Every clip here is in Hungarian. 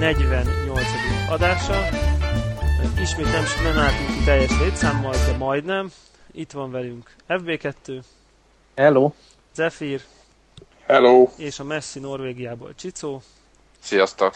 48. adása. Ismét nem álltunk ki teljes létszámmal, de majdnem. Itt van velünk FB2. Hello. Zephyr. Hello. És a messzi Norvégiából Csicó. Sziasztok.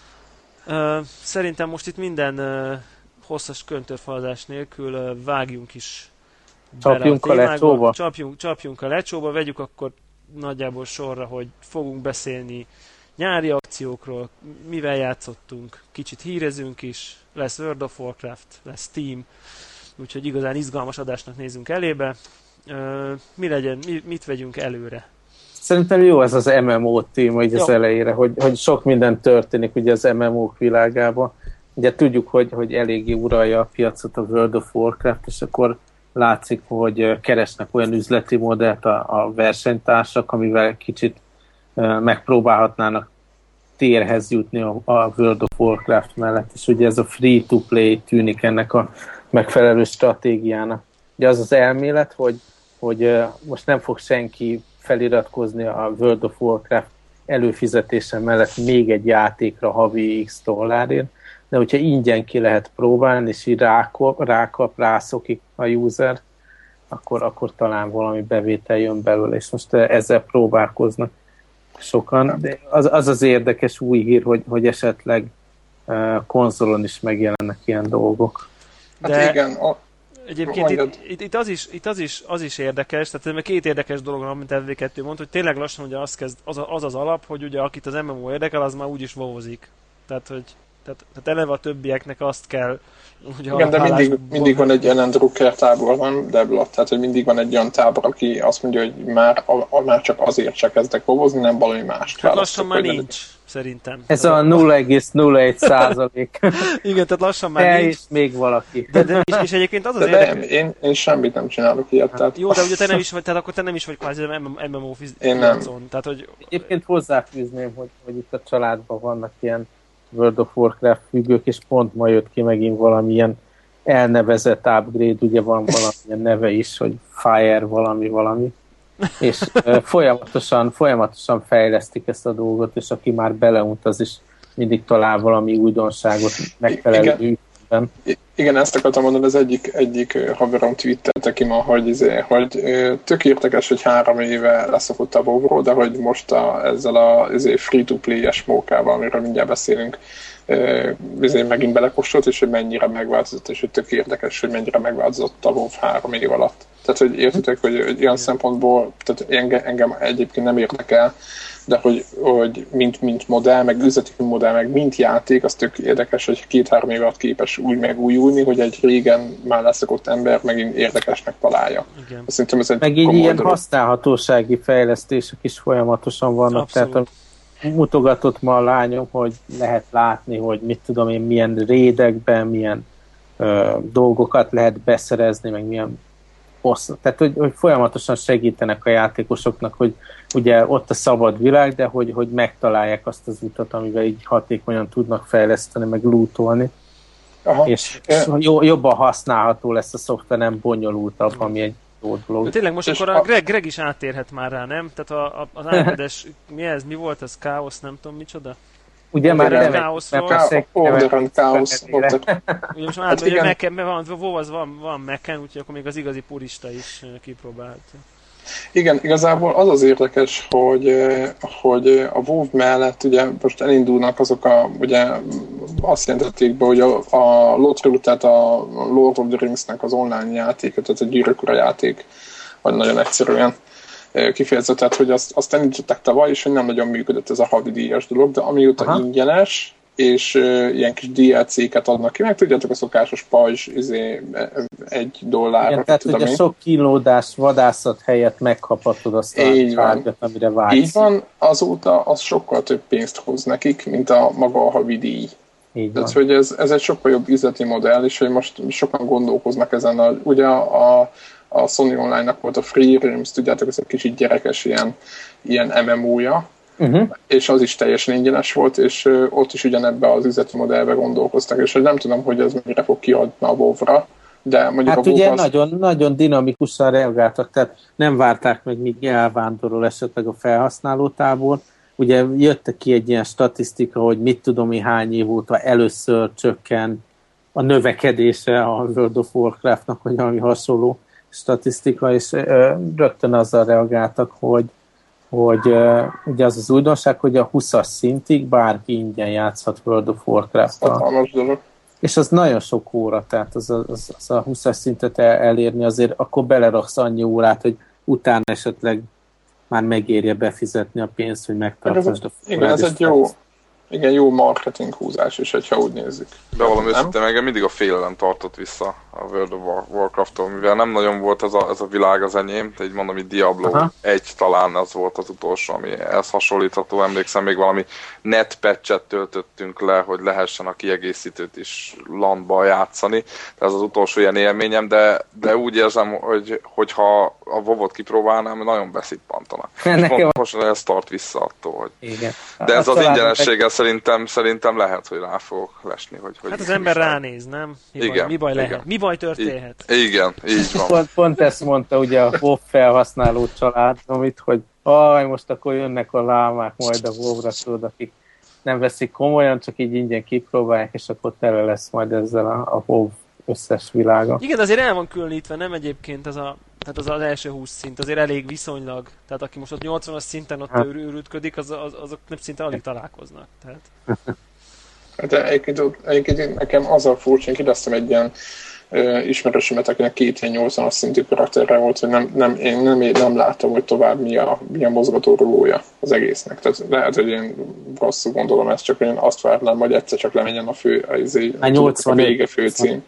Szerintem most itt minden hosszas köntörfalazás nélkül vágjunk is csapjunk a lecsóba. Csapjunk a lecsóba, vegyük akkor nagyjából sorra, hogy fogunk beszélni nyári akciókról, mivel játszottunk, kicsit hírezünk is, lesz World of Warcraft, lesz Steam, úgyhogy igazán izgalmas adásnak nézzünk elébe. Mi legyen, mit vegyünk előre? Szerintem jó ez az MMO téma így az elejére, hogy sok minden történik ugye az MMO-k világában. Ugye tudjuk, hogy eléggé uralja a piacot a World of Warcraft, és akkor látszik, hogy keresnek olyan üzleti modellt a versenytársak, amivel kicsit megpróbálhatnának térhez jutni a World of Warcraft mellett, és ugye ez a free-to-play tűnik ennek a megfelelő stratégiának. Ugye az az elmélet, hogy most nem fog senki feliratkozni a World of Warcraft előfizetése mellett még egy játékra havi X dollárért, de hogyha ingyen ki lehet próbálni, és így rászokik a user, akkor talán valami bevétel jön belőle, és most ezzel próbálkoznak sokan. De az érdekes új hír, hogy esetleg konzolon is megjelennek ilyen dolgok. De hát igen. Egyébként itt az is érdekes, tehát két érdekes dolog van, mint FV2 mondta, hogy tényleg lassan ugye az alap, hogy ugye akit az MMO érdekel, az már úgyis vovozik. Tehát eleve a többieknek azt kell... Igen, de mindig van egy ilyen Drucker tábor, nem Deblat, tehát hogy mindig van egy olyan tábor, aki azt mondja, hogy már csak azért se kezdek vovozni, nem valami mást. Hát lassan már nincs, szerintem. Ez a 0,01%. Igen, tehát lassan már nincs. És még valaki. És egyébként az érdekes... Én semmit nem csinálok ilyet. Tehát... Jó, de ugye te nem is vagy, tehát akkor te nem is vagy kvázi MMO piacon. Tehát, hogy... Egyébként hozzáfűzném, hogy itt a családban vannak ilyen World of Warcraft függők, és pont ma jött ki megint valamilyen elnevezett upgrade, ugye van valamilyen neve is, hogy Fire valami, és folyamatosan fejlesztik ezt a dolgot, és aki már beleunt, az is mindig talál valami újdonságot megfelelő ügyben. Igen, ezt akartam mondani, az egyik haverom twittelte ki ma, hogy tök érdekes, hogy 3 éve leszokott a WoW-ról, de hogy most ezzel a free-to-play-es mókával, amiről mindjárt beszélünk, megint belekóstolt, és hogy mennyire megváltozott, és hogy tök érdekes, hogy mennyire megváltozott a WoW 3 év alatt. Tehát, hogy értitek, hogy ilyen szempontból, tehát engem egyébként nem érdekel, de hogy mint modell, meg üzleti modell, meg mint játék, az tök érdekes, hogy 2-3 év alatt képes úgy megújulni, hogy egy régen már leszokott ember megint érdekesnek találja. Szerintem ez egy meg így ilyen használhatósági fejlesztések is folyamatosan vannak. Abszolút. Tehát mutogatott ma a lányom, hogy lehet látni, hogy mit tudom én, milyen rédekben, milyen dolgokat lehet beszerezni, meg milyen tehát, hogy folyamatosan segítenek a játékosoknak, hogy ugye ott a szabad világ, de hogy megtalálják azt az utat, amivel így hatékonyan tudnak fejleszteni, meg lootolni. És jobban használható lesz a szoftver, nem bonyolultabb, ami egy jó dolog. De tényleg most akkor a Greg is átérhet már rá, nem? Tehát az iPad-es, mi volt ez? Káosz, nem tudom micsoda? Ugye már nem Order Chaos. Ugye most már van Mac-en, úgyhogy akkor még az igazi purista is kipróbálhatja. Igen, igazából az az érdekes, hogy a WoW mellett ugye most elindulnak azok ugye azt jelentették be, hogy a LOTRO, tehát a Lord of the Rings-nek az online játék, tehát a Gyűrűk Ura játék, vagy nagyon egyszerűen kifejezett, tehát hogy azt elindították tavaly, és hogy nem nagyon működött ez a havidíjas dolog, de amióta ingyenes, és ilyen kis DLC-ket adnak ki, meg tudjátok a szokásos pajzs, $1. Igen, tehát hogy a sok kínlódás, vadászat helyett megkaphatod azt a tárgyat, amire vágysz. Így van, azóta az sokkal több pénzt hoz nekik, mint a maga a havidíj. Tehát, hogy ez egy sokkal jobb üzleti modell, és hogy most sokan gondolkoznak ezen. Ugye a Sony Online-nak volt a Free Realms, tudjátok, ez egy kicsit gyerekes ilyen MMO-ja, és az is teljesen ingyenes volt, és ott is ugyanebben az üzleti modellbe gondolkoztak, és hogy nem tudom, hogy ez mire fog kiadni a WoW-ra, de mondjuk hát a WoW ugye nagyon dinamikusan reagáltak, tehát nem várták meg, míg elvándorol esetleg a felhasználótából, ugye jöttek ki egy ilyen statisztika, hogy mit tudom én hány év óta először csökken a növekedése a World of Warcraftnak, vagy valami hasonló statisztika, és rögtön azzal reagáltak, hogy ugye az újdonság, hogy a 20-as szintig bárki ingyen játszhat World of Warcraft-tal. És az nagyon sok óra, tehát az a 20-as szintet elérni, azért akkor beleraksz annyi órát, hogy utána esetleg már megérje befizetni a pénzt, hogy megtartasd a igen, ez egy jó marketing húzás is, hogyha úgy nézzük. De valami őszintén engem mindig a félelem tartott vissza a World of Warcraft-tól, mivel nem nagyon volt ez a világ az enyém, így mondom, hogy Diablo 1 talán az volt az utolsó, ami ehhez hasonlítható, emlékszem, még valami net patchet töltöttünk le, hogy lehessen a kiegészítőt is LAN-ba játszani. Ez az utolsó ilyen élményem, de úgy érzem, hogy ha a WoW-ot kipróbálnám, nagyon beszippantana. Most ez tart vissza attól, hogy... Igen. De ez az ingyenességgel szerintem lehet, hogy rá fogok lesni. Hogy hát az ember ránéz, nem? Mi baj lehet? Igen. Mi baj történhet? Igen, így van. Pont ezt mondta ugye a WoW felhasználó család, amit, hogy most akkor jönnek a lámák majd a WoW-ra, tudod, akik nem veszik komolyan, csak így ingyen kipróbálják, és akkor tele lesz majd ezzel a WoW összes világa. Igen, azért el van különítve, nem egyébként tehát az első 20 szint azért elég viszonylag. Tehát aki most ott 80-as szinten ott őrültködik, azok nem szinte alig találkoznak. Tehát. De egyébként nekem az a furcsa, én kérdeztem egy ilyen ismerősömet, akinek 2 ilyen 80-as szintű karakterre volt, hogy én nem láttam, hogy tovább mi a mozgatórugója az egésznek. Tehát lehet, hogy én rosszul gondolom ezt, csak én azt várnám, hogy egyszer csak lemenjen a vége főcím.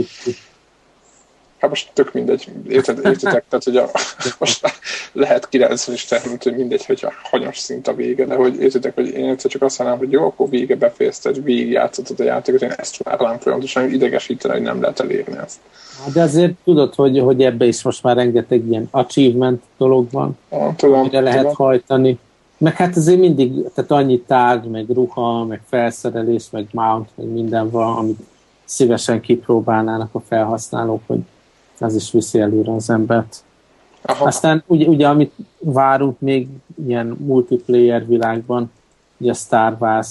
Hát most tök mindegy, értitek, tehát hogy most lehet 90 is terült, hogy mindegy, hogy a hanyas szint a vége, de hogy értitek, hogy én egyszer csak azt mondanám, hogy jó, akkor vége befejezted, végigjátszottad a játékot, én ezt várnám folyamatosan, idegesítene, hogy nem lehet elérni ezt. De azért tudod, hogy ebbe is most már rengeteg ilyen achievement dolog van, amire lehet hajtani. Meg hát azért mindig, tehát annyi tárgy, meg ruha, meg felszerelés, meg mount, meg minden van, amit szívesen kipróbálnának a felhasználók, hogy az is viszi előre az embert. Aha. Aztán ugye amit várunk még ilyen multiplayer világban, ugye a Star Wars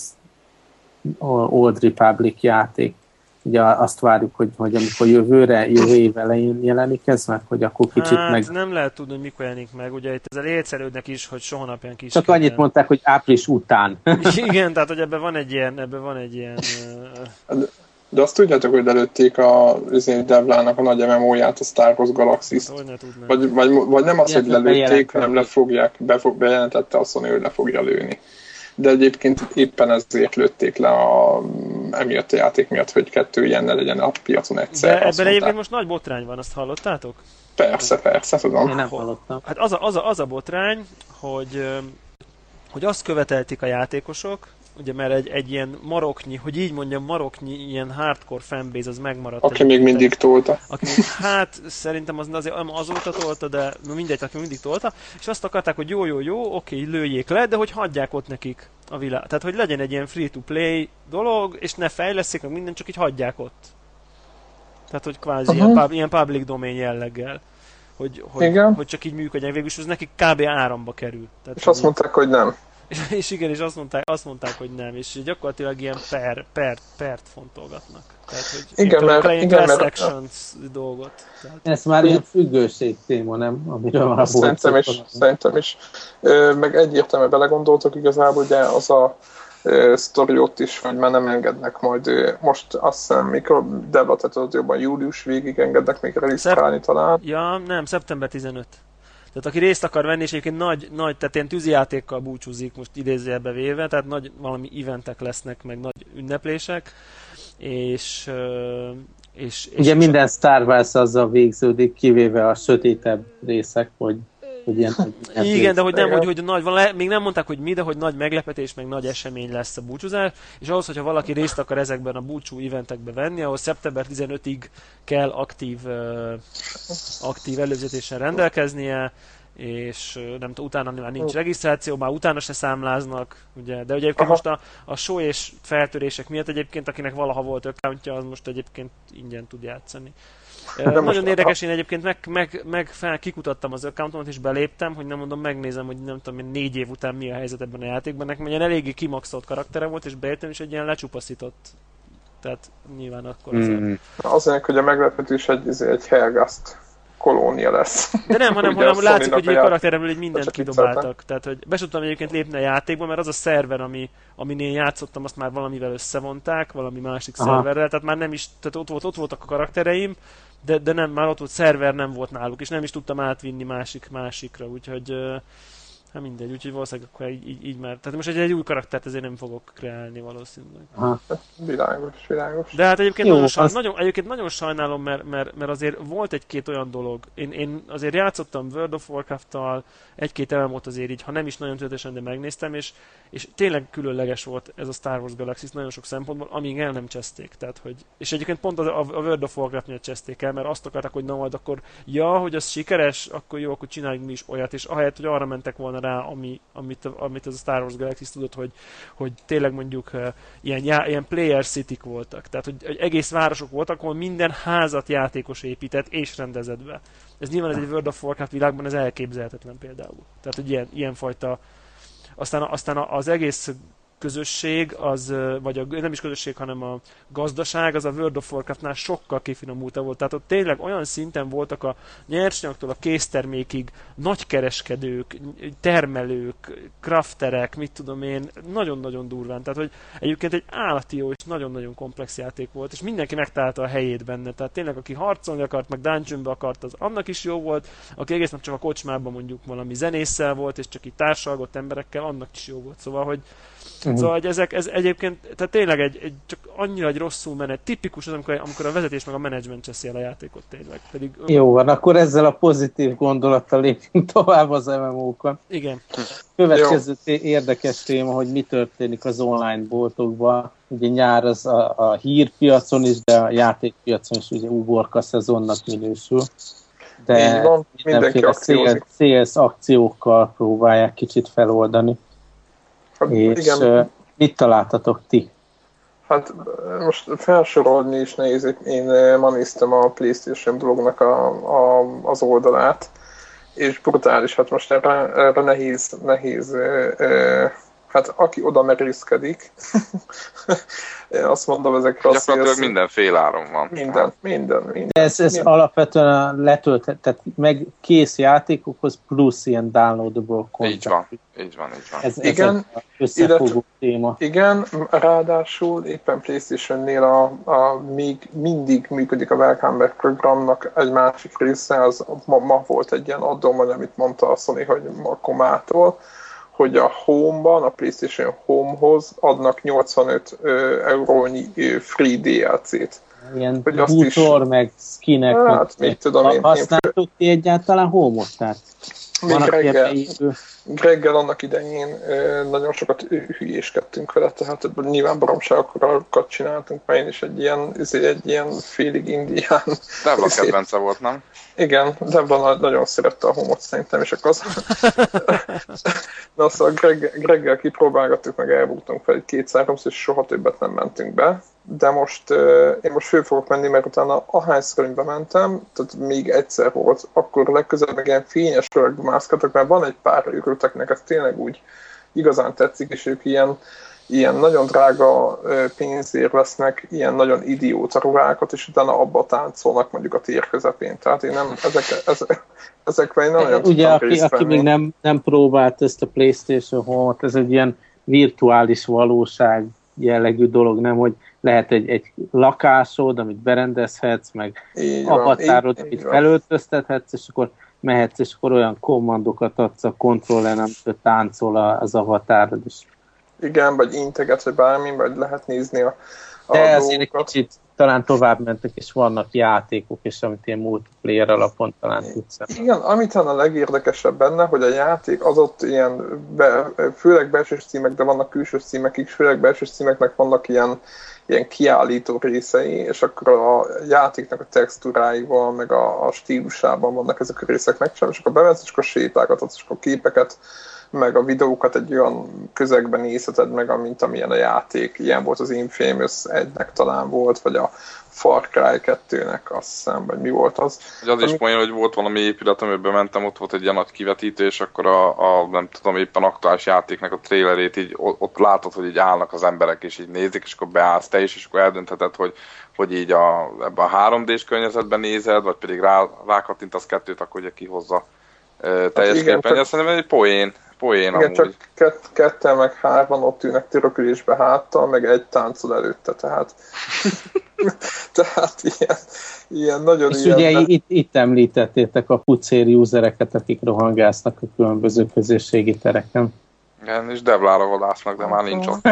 Old Republic játék. Ugye azt várjuk, hogy amikor jövő év elején jelenik ez meg, hogy akkor kicsit nem lehet tudni, hogy mikor jelenik meg. Ugye itt ezzel élcelődnek is, hogy soha napján kis. Csak annyit mondták, hogy április után. Igen, tehát hogy ebben van egy ilyen... De azt tudjátok, hogy lelőtték a Devlának a nagy MMO-ját, a Star Wars Galaxy-t. Vagy nem az, hogy lelőtték, hanem bejelentette a Sony, hogy le fogja lőni. De egyébként éppen ezért lőtték le emiatt a játék miatt, hogy 2 ilyen ne legyen a piacon egyszer. De ebben egyébként most nagy botrány van, azt hallottátok? Persze, tudom. Én nem hallottam. Hát az a botrány, hogy azt követelték a játékosok, ugye mert egy ilyen maroknyi, hogy így mondjam, maroknyi ilyen hardcore fanbase az megmaradt. Aki még mindig tolta. Hát szerintem az azért azóta tolta, de mindegy, aki mindig tolta, és azt akarták, hogy jó, oké, lőjék le, de hogy hagyják ott nekik a világ. Tehát, hogy legyen egy ilyen free-to-play dolog, és ne fejleszék, meg minden, csak így hagyják ott. Tehát, hogy kvázi ilyen public domain jelleggel. Hogy csak így működjenek, végül is az nekik kb. Áramba kerül. Tehát, és azt mondták, hogy nem. És igen, és azt mondták, hogy nem, és gyakorlatilag ilyen pert fontolgatnak. Tehát, hogy igen, class actions dolgot. Tehát... Ez már ilyen függőség téma, nem? Amiről már Szerintem is. Meg egyértelműen belegondoltok igazából, ugye az a sztori ott is, hogy már nem engednek majd, most azt hiszem, mikor debatetett jobban július végig engednek még regisztrálni talán. Ja, nem, szeptember 15. Tehát aki részt akar venni, és egyébként nagy tehát ilyen tűzijátékkal búcsúzik, most idézőjelbe véve, tehát nagy valami eventek lesznek, meg nagy ünneplések, és ugye minden Star Wars azzal végződik, kivéve a sötétebb részek, hogy ilyen... Igen, de hogy nem, hogy nagy, még nem mondták, hogy mi, de hogy nagy meglepetés, meg nagy esemény lesz a búcsúzás, és ahhoz, hogyha valaki részt akar ezekben a búcsú eventekben venni, ahhoz szeptember 15-ig kell aktív előzetéssel rendelkeznie, és nem tudom, utána már nincs regisztráció, már utána se számláznak, ugye, de ugye egyébként most a show és feltörések miatt egyébként, akinek valaha volt accountja, az most egyébként ingyen tud játszani. Nagyon érdekes, én egyébként kikutattam az accountomat, és beléptem, hogy nem mondom, megnézem, hogy nem tudom, 4 év után mi a helyzet ebben a játékban. Nekem egy eléggé kimaxolt karaktere volt, és beértem, és egy ilyen lecsupaszított. Tehát nyilván akkor Azért, hogy a meglepetés egy Helgast kolónia lesz. De nem, hanem látszik, hogy a karakteremről így mindent kidobáltak. Tehát, hogy be tudtam egyébként lépni a játékba, mert az a szerver, aminél játszottam, azt már valamivel összevonták, valami másik szerverrel, tehát már nem is, tehát ott voltak a karaktereim, de nem, már ott volt szerver, nem volt náluk, és nem is tudtam átvinni másikra, úgyhogy hát mindegy, úgyhogy valószínűleg akkor így már. Tehát most egy új karaktert ezért nem fogok kreálni valószínűleg. Világos. De hát egyébként, nagyon sajnálom, mert azért volt egy-két olyan dolog. Én azért játszottam World of Warcraft-tal, egy-két MMO-t azért így, ha nem is nagyon tökéletesen, de megnéztem, és tényleg különleges volt ez a Star Wars Galaxy nagyon sok szempontból, amíg el nem cseszték. Tehát, hogy, és egyébként pont a World of Warcraft miatt cseszték el, mert azt akarták, hogy na majd akkor, hogy az sikeres, akkor jó, akkor csináljuk mi is olyat, és ahelyett, hogy arra mentek volna rá, amit ez a Star Wars Galaxy tudott, hogy tényleg mondjuk ilyen player city-k voltak. Tehát, hogy egész városok voltak, ahol minden házat játékos épített és rendezett be. Ez nyilván egy World of Warcraft világban ez elképzelhetetlen például. Tehát, hogy ilyenfajta. Aztán az egész közösség, nem is közösség, hanem a gazdaság, az a World of Warcraftnál sokkal kifinomultabb volt. Tehát ott tényleg olyan szinten voltak a nyersanyagtól a késztermékig nagykereskedők, termelők, crafterek, mit tudom én, nagyon-nagyon durván. Tehát, hogy egyébként egy állati jó és nagyon-nagyon komplex játék volt, és mindenki megtalálta a helyét benne. Tehát tényleg, aki harcolni akart, meg dungeonbe akart, az annak is jó volt, aki egész nap csak a kocsmában mondjuk valami zenésszel volt, és csak így társalgott emberekkel, annak is jó volt. Szóval, hogy Szóval, hogy ez egyébként, tehát tényleg csak annyira egy rosszul menet. Tipikus az, amikor a vezetés meg a menedzsment cseszi el a játékot tényleg. Pedig, jó van, akkor ezzel a pozitív gondolattal lépjünk tovább az MMO-kon. Igen. Következő érdekes téma, hogy mi történik az online boltokban. Ugye nyár az a hírpiacon is, de a játékpiacon is ugye uborka szezonnak minősül. De mindenféle sales akciókkal próbálják kicsit feloldani. Hát, és igen. Mit találtatok ti? Hát most felsorolni is nehéz. Én ma néztem a PlayStation blognak az oldalát, és brutális. Hát most erre nehéz hát aki oda merészkedik, azt mondom, ezekre gyakorlatilag mindenféle áron van. Minden. Ez alapvetően letölthet, tehát meg kész játékokhoz plusz ilyen downloadable content. Így van. Igen, összefogó téma. Igen, ráadásul éppen PlayStation-nél még mindig működik a Welcome Back programnak egy másik része, az ma volt egy ilyen addon, amit mondta a Sony, hogy akkor mától, hogy a Home-ban, a PlayStation Home-hoz adnak 85 eurónyi free DLC-t. Ilyen bútor, meg skinek. Hát, mit tudom én. Használtuk ti egyáltalán Home-ot? Tehát Greggel annak idején nagyon sokat hülyéskedtünk vele, tehát nyilván baromságokat csináltunk, mert én is egy ilyen félig indián. Debla kedvence volt, nem? Igen, Debla nagyon szerette a Home-ot szerintem, és akkor na szóval Greggel kipróbálgattuk, meg elbúgtunk fel egy 2-3-szor, és soha többet nem mentünk be. De én most föl fogok menni, mert utána ahányszor én bementem, tehát még egyszer volt, akkor legközelebb meg ilyen fényes körökbe mászkáltak, mert van egy pár őrülteknek, ez tényleg úgy igazán tetszik, és ők ilyen nagyon drága pénzért vesznek ilyen nagyon idióta ruhákat, és utána abba táncolnak mondjuk a tér közepén. Tehát én nem, ezekben én nagyon ugye, aki még nem próbált ezt a PlayStation Home-ot, ez egy ilyen virtuális valóság jellegű dolog, nem, hogy lehet egy lakásod, amit berendezhetsz, meg avatárod, amit felöltöztethetsz, és akkor mehetsz, és akkor olyan kommandokat adsz a kontrollen, amit táncol az avatárod is. Igen, vagy integet, vagy bármi, vagy lehet nézni a de azért egy kicsit talán tovább mentek, és vannak játékok, és amit ilyen multiplayer alapon talán tudsz. Igen, amit a legérdekesebb benne, hogy a játék az ott ilyen, főleg belsős címek, de vannak külsős címek is, főleg belsős címeknek vannak ilyen kiállító részei, és akkor a játéknak a textúráival, meg a stílusában vannak ezek a részek megcsinálva, és akkor bevetsz, és akkor sétálgatod, és akkor képeket, meg a videókat egy olyan közegben nézheted meg, mint amilyen a játék. Ilyen volt az Infamous 1-nek talán volt, vagy a Far Cry 2-nek, azt hiszem, vagy mi volt az. Az is poén, hogy volt valami épület, amiben mentem, ott volt egy ilyen nagy kivetítő, és akkor a nem tudom, éppen aktuális játéknak a trailerét így ott látod, hogy így állnak az emberek, és így nézik, és akkor beállsz te is, és akkor eldöntheted, hogy így ebben a 3D-s környezetben nézed, vagy pedig rákattintasz kettőt, akkor ugye kihozza teljes képen. Szerintem egy poén igen, amúgy. csak ketten meg hárman ott ülnek törökülésbe háttal, meg egy táncol előtte, tehát ilyen nagyon és ilyen... ugye itt említettétek a pucér usereket, akik rohangásznak a különböző közösségi tereken. Igen, és devlára vadásznak, de már nincs ott.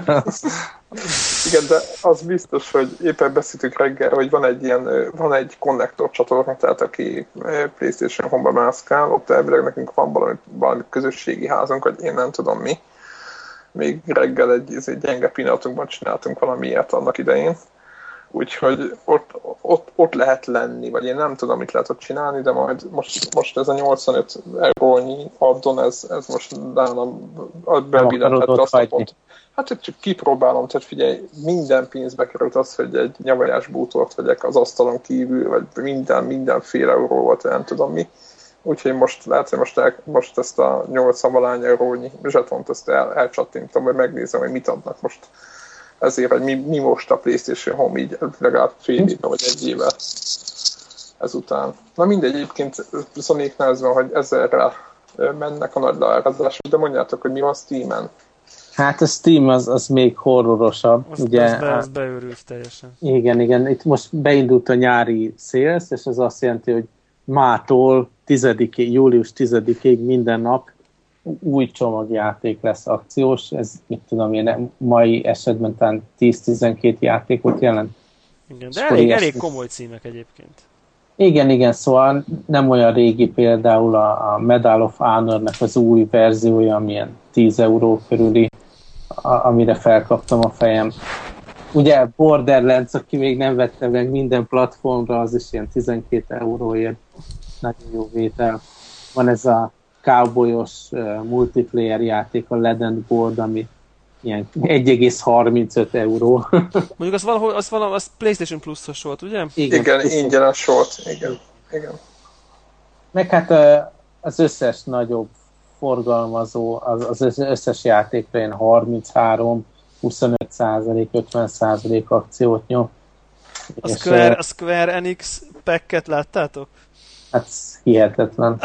Igen, de az biztos, hogy éppen beszéltük reggel, hogy van egy konnektor csatorna, tehát aki PlayStation Home-ba mászkál, ott elvileg nekünk van valami közösségi házunk, vagy én nem tudom mi. Még reggel egy gyenge pillanatunkban csináltunk valami ilyet annak idején. Úgyhogy ott lehet lenni, vagy én nem tudom, mit lehet ott csinálni, de majd most ez a 85 eurónyi addon, ez most nálam belvillentette azt a pont. Hát csak kipróbálom, tehát figyelj, minden pénzbe került az, hogy egy nyavajás bútort vegyek az asztalon kívül, vagy mindenféle euró volt, nem tudom mi. Úgyhogy most lehet, hogy most ezt a 80-valány eurónyi zsetont ezt elcsattintom, hogy megnézem, hogy mit adnak most. Ezért, hogy mi most a PlayStation Home így legalább fél éve vagy egy éve ezután. Na mindegy, egyébként Sony-knál ez van, hogy 1000-re mennek a nagy leárazások, de mondjátok, hogy mi van Steam-en. Hát a Steam az még horrorosabb. Az beőrült teljesen. Igen. Itt most beindult a nyári sales, és ez azt jelenti, hogy mától július 10-ig minden nap új csomagjáték lesz akciós. Ez, mit tudom én, mai esetben talán 10-12 játékot jelent. Igen, de elég komoly címek egyébként. Igen, szóval nem olyan régi, például a Medal of Honor-nek az új verziója, amilyen 10 euró körüli, amire felkaptam a fejem. Ugye Borderlands, aki még nem vette meg minden platformra, az is ilyen 12 euróért. Nagyon jó vétel. Van ez a cowboyos multiplayer játék, a Land and Board, ami ilyen 1,35 euró. Mondjuk az PlayStation Plus-os volt, ugye? Igen, ingyenes volt. Igen. Meg hát az összes nagyobb forgalmazó, az összes játékra ilyen 33, 25%, 50% akciót nyom. A Square Enix packet láttátok? Hát hihetetlen.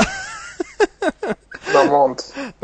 Na mondd.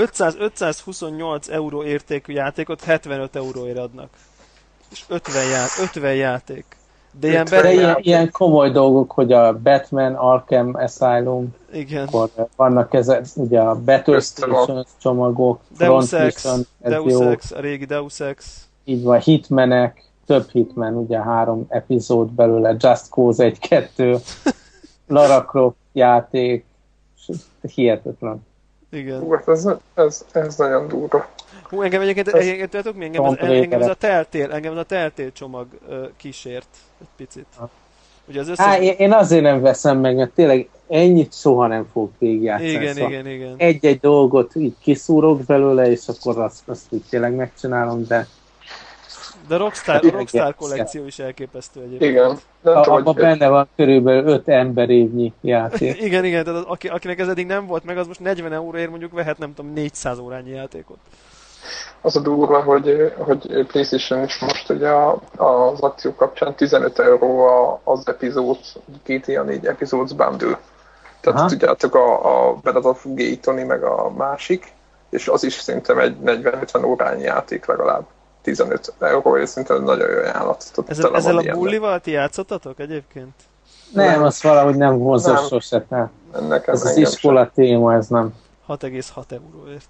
528 euró értékű játékot 75 euróért adnak. És 50 játék. De ilyen komoly dolgok, hogy a Batman Arkham Asylum, igen. Akkor vannak ugye a Battlestation csomagok, Deus Ex, a régi Deus Ex. Így van, Hitmanek, több Hitman, ugye 3 epizód belőle, Just Cause 1-2, Lara Croft játék, hihetetlen. Igen. Ez nagyon durva. Engem egyébként tudjátok mi? Engem ez a Telltale csomag kísért egy picit. Ugye az összes... én azért nem veszem meg, mert tényleg ennyit soha nem fogok végigjátszani. Igen. Egy-egy dolgot így kiszúrok belőle, és akkor azt így tényleg megcsinálom, de... De a Rockstar kollekció is elképesztő egyébként. Igen. Abban benne van körülbelül 5 emberévnyi játék. igen, tehát akinek ez eddig nem volt meg, az most 40 euróért mondjuk vehet, nem tudom, 400 órányi játékot. Az a durva, hogy PlayStation is most ugye az akció kapcsán 15 euró az epizód, GTA 4 epizód bundle. Tehát tudjátok a Battle of Gay-Tony meg a másik, és az is szerintem egy 40-50 órányi játék legalább. 15 euró, és szerintem nagyon jó ajánlat. Ezzel a bullival ti játszottatok egyébként? Nem, az valahogy nem vonzos sose. Ez az iskola téma, ez nem. 6,6 euróért.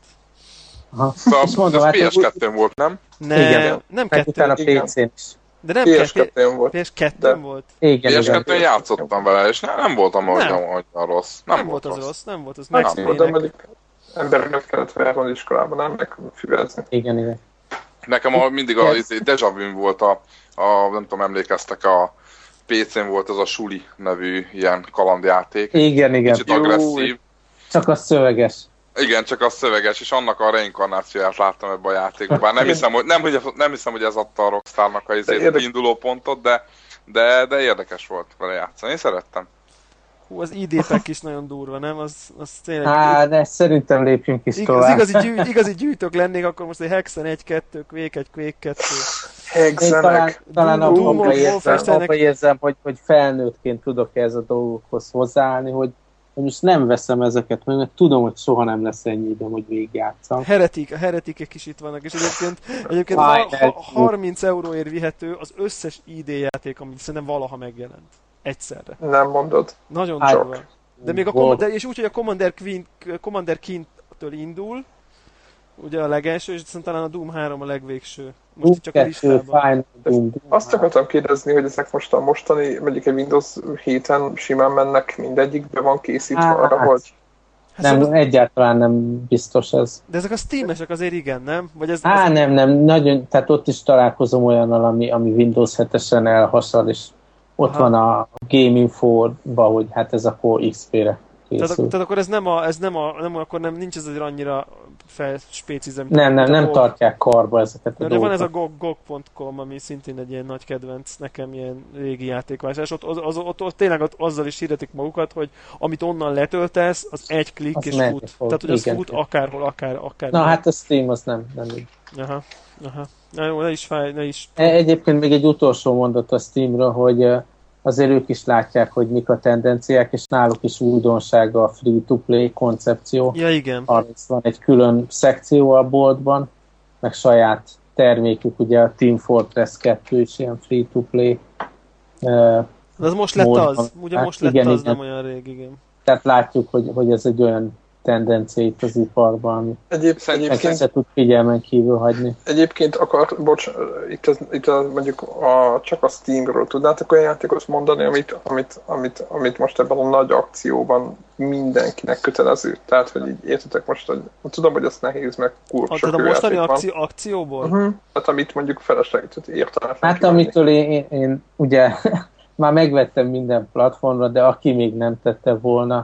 És mondom, ez PS2-n volt, nem? Nem 2. A PC-n is. De nem PS2-n volt. PS2-n volt. Igen. PS2-n játszottam vele, és nem voltam olyan rossz. Nem volt az rossz, nem volt az Max Payne-nek. Embereket kellett verni az iskolában, nem megfüvezni. Igen. Nekem mindig a Deja Vu volt nem tudom, emlékeztek, a PC-n volt az a Suli nevű ilyen kalandjáték. Igen. Kicsit agresszív. Csak a szöveges. Igen, csak a szöveges, és annak a reinkarnációját láttam ebben a játékban. Bár nem hiszem, hogy ez adta a Rockstarnak a induló pontot, de érdekes volt vele játszani, én szerettem. Hú, az ID-tek is nagyon durva, nem? Az tényleg... de szerintem lépjünk is tovább. Igazi gyűjtők lennék, akkor most egy Hexen 1-2, Quake 1, Quake 2. Hexenek. Talán abba érzem, hogy felnőttként tudok ez a dolgokhoz hozzáállni, hogy most nem veszem ezeket, mert tudom, hogy soha nem lesz ennyi időm, hogy végigjátszam. A heretikek is itt vannak, és egyébként 30 euróért vihető az összes ID játék, amit szerintem valaha megjelent. Egyszerre. Nem mondod. Nagyon durva. De még és úgy, hogy a Commander Keen-től indul, ugye a legelső, és szerintem talán a Doom 3 a legvégső. Most itt csak a listában. Azt akartam kérdezni, hogy ezek most a mostani, mondjuk egy Windows 7-en simán mennek, mindegyikbe van készítve arra, hogy... Nem, egyáltalán nem biztos ez. De ezek a Steam-esek azért igen, nem? Vagy ez, nem, nagyon, tehát ott is találkozom olyannal, ami Windows 7-esen elhasal, és ott van a Game Info-ban, hogy hát ez akkor XP-re készül. Tehát akkor akkor nincs ez annyira felspécizem. Nem tartják karba ezeket a dolgokat. De van ez a GOG.com, ami szintén egy ilyen nagy kedvenc, nekem ilyen régi játékvásárlás. Ott tényleg azzal is hirdetik magukat, hogy amit onnan letöltesz, az egy klik az és fut. Tehát, hogy az fut akárhol, akár. Na hát a Steam az nem így. Aha. Na jó, ne is. Egyébként még egy utolsó mondat a Steamről, hogy azért ők is látják, hogy mik a tendenciák, és náluk is újdonság a free-to-play koncepció. Ja, igen. Arra van egy külön szekció a boltban, meg saját termékük, ugye a Team Fortress 2 is ilyen free-to-play. De az most lett az? Ugye most lett az, igen. Nem olyan rég, igen. Tehát látjuk, hogy ez egy olyan tendencia itt az iparban, ami egyébként se tud figyelmen kívül hagyni. Egyébként itt mondjuk csak a Steamről tudnátok olyan játékot mondani, amit most ebben a nagy akcióban mindenkinek kötelező. Tehát, hogy így értetek most, hogy tudom, hogy ez nehéz, meg kurva sok a mostani akcióból? Hát amit mondjuk felesleget értelmes. Hát amitől én ugye már megvettem minden platformra, de aki még nem tette volna,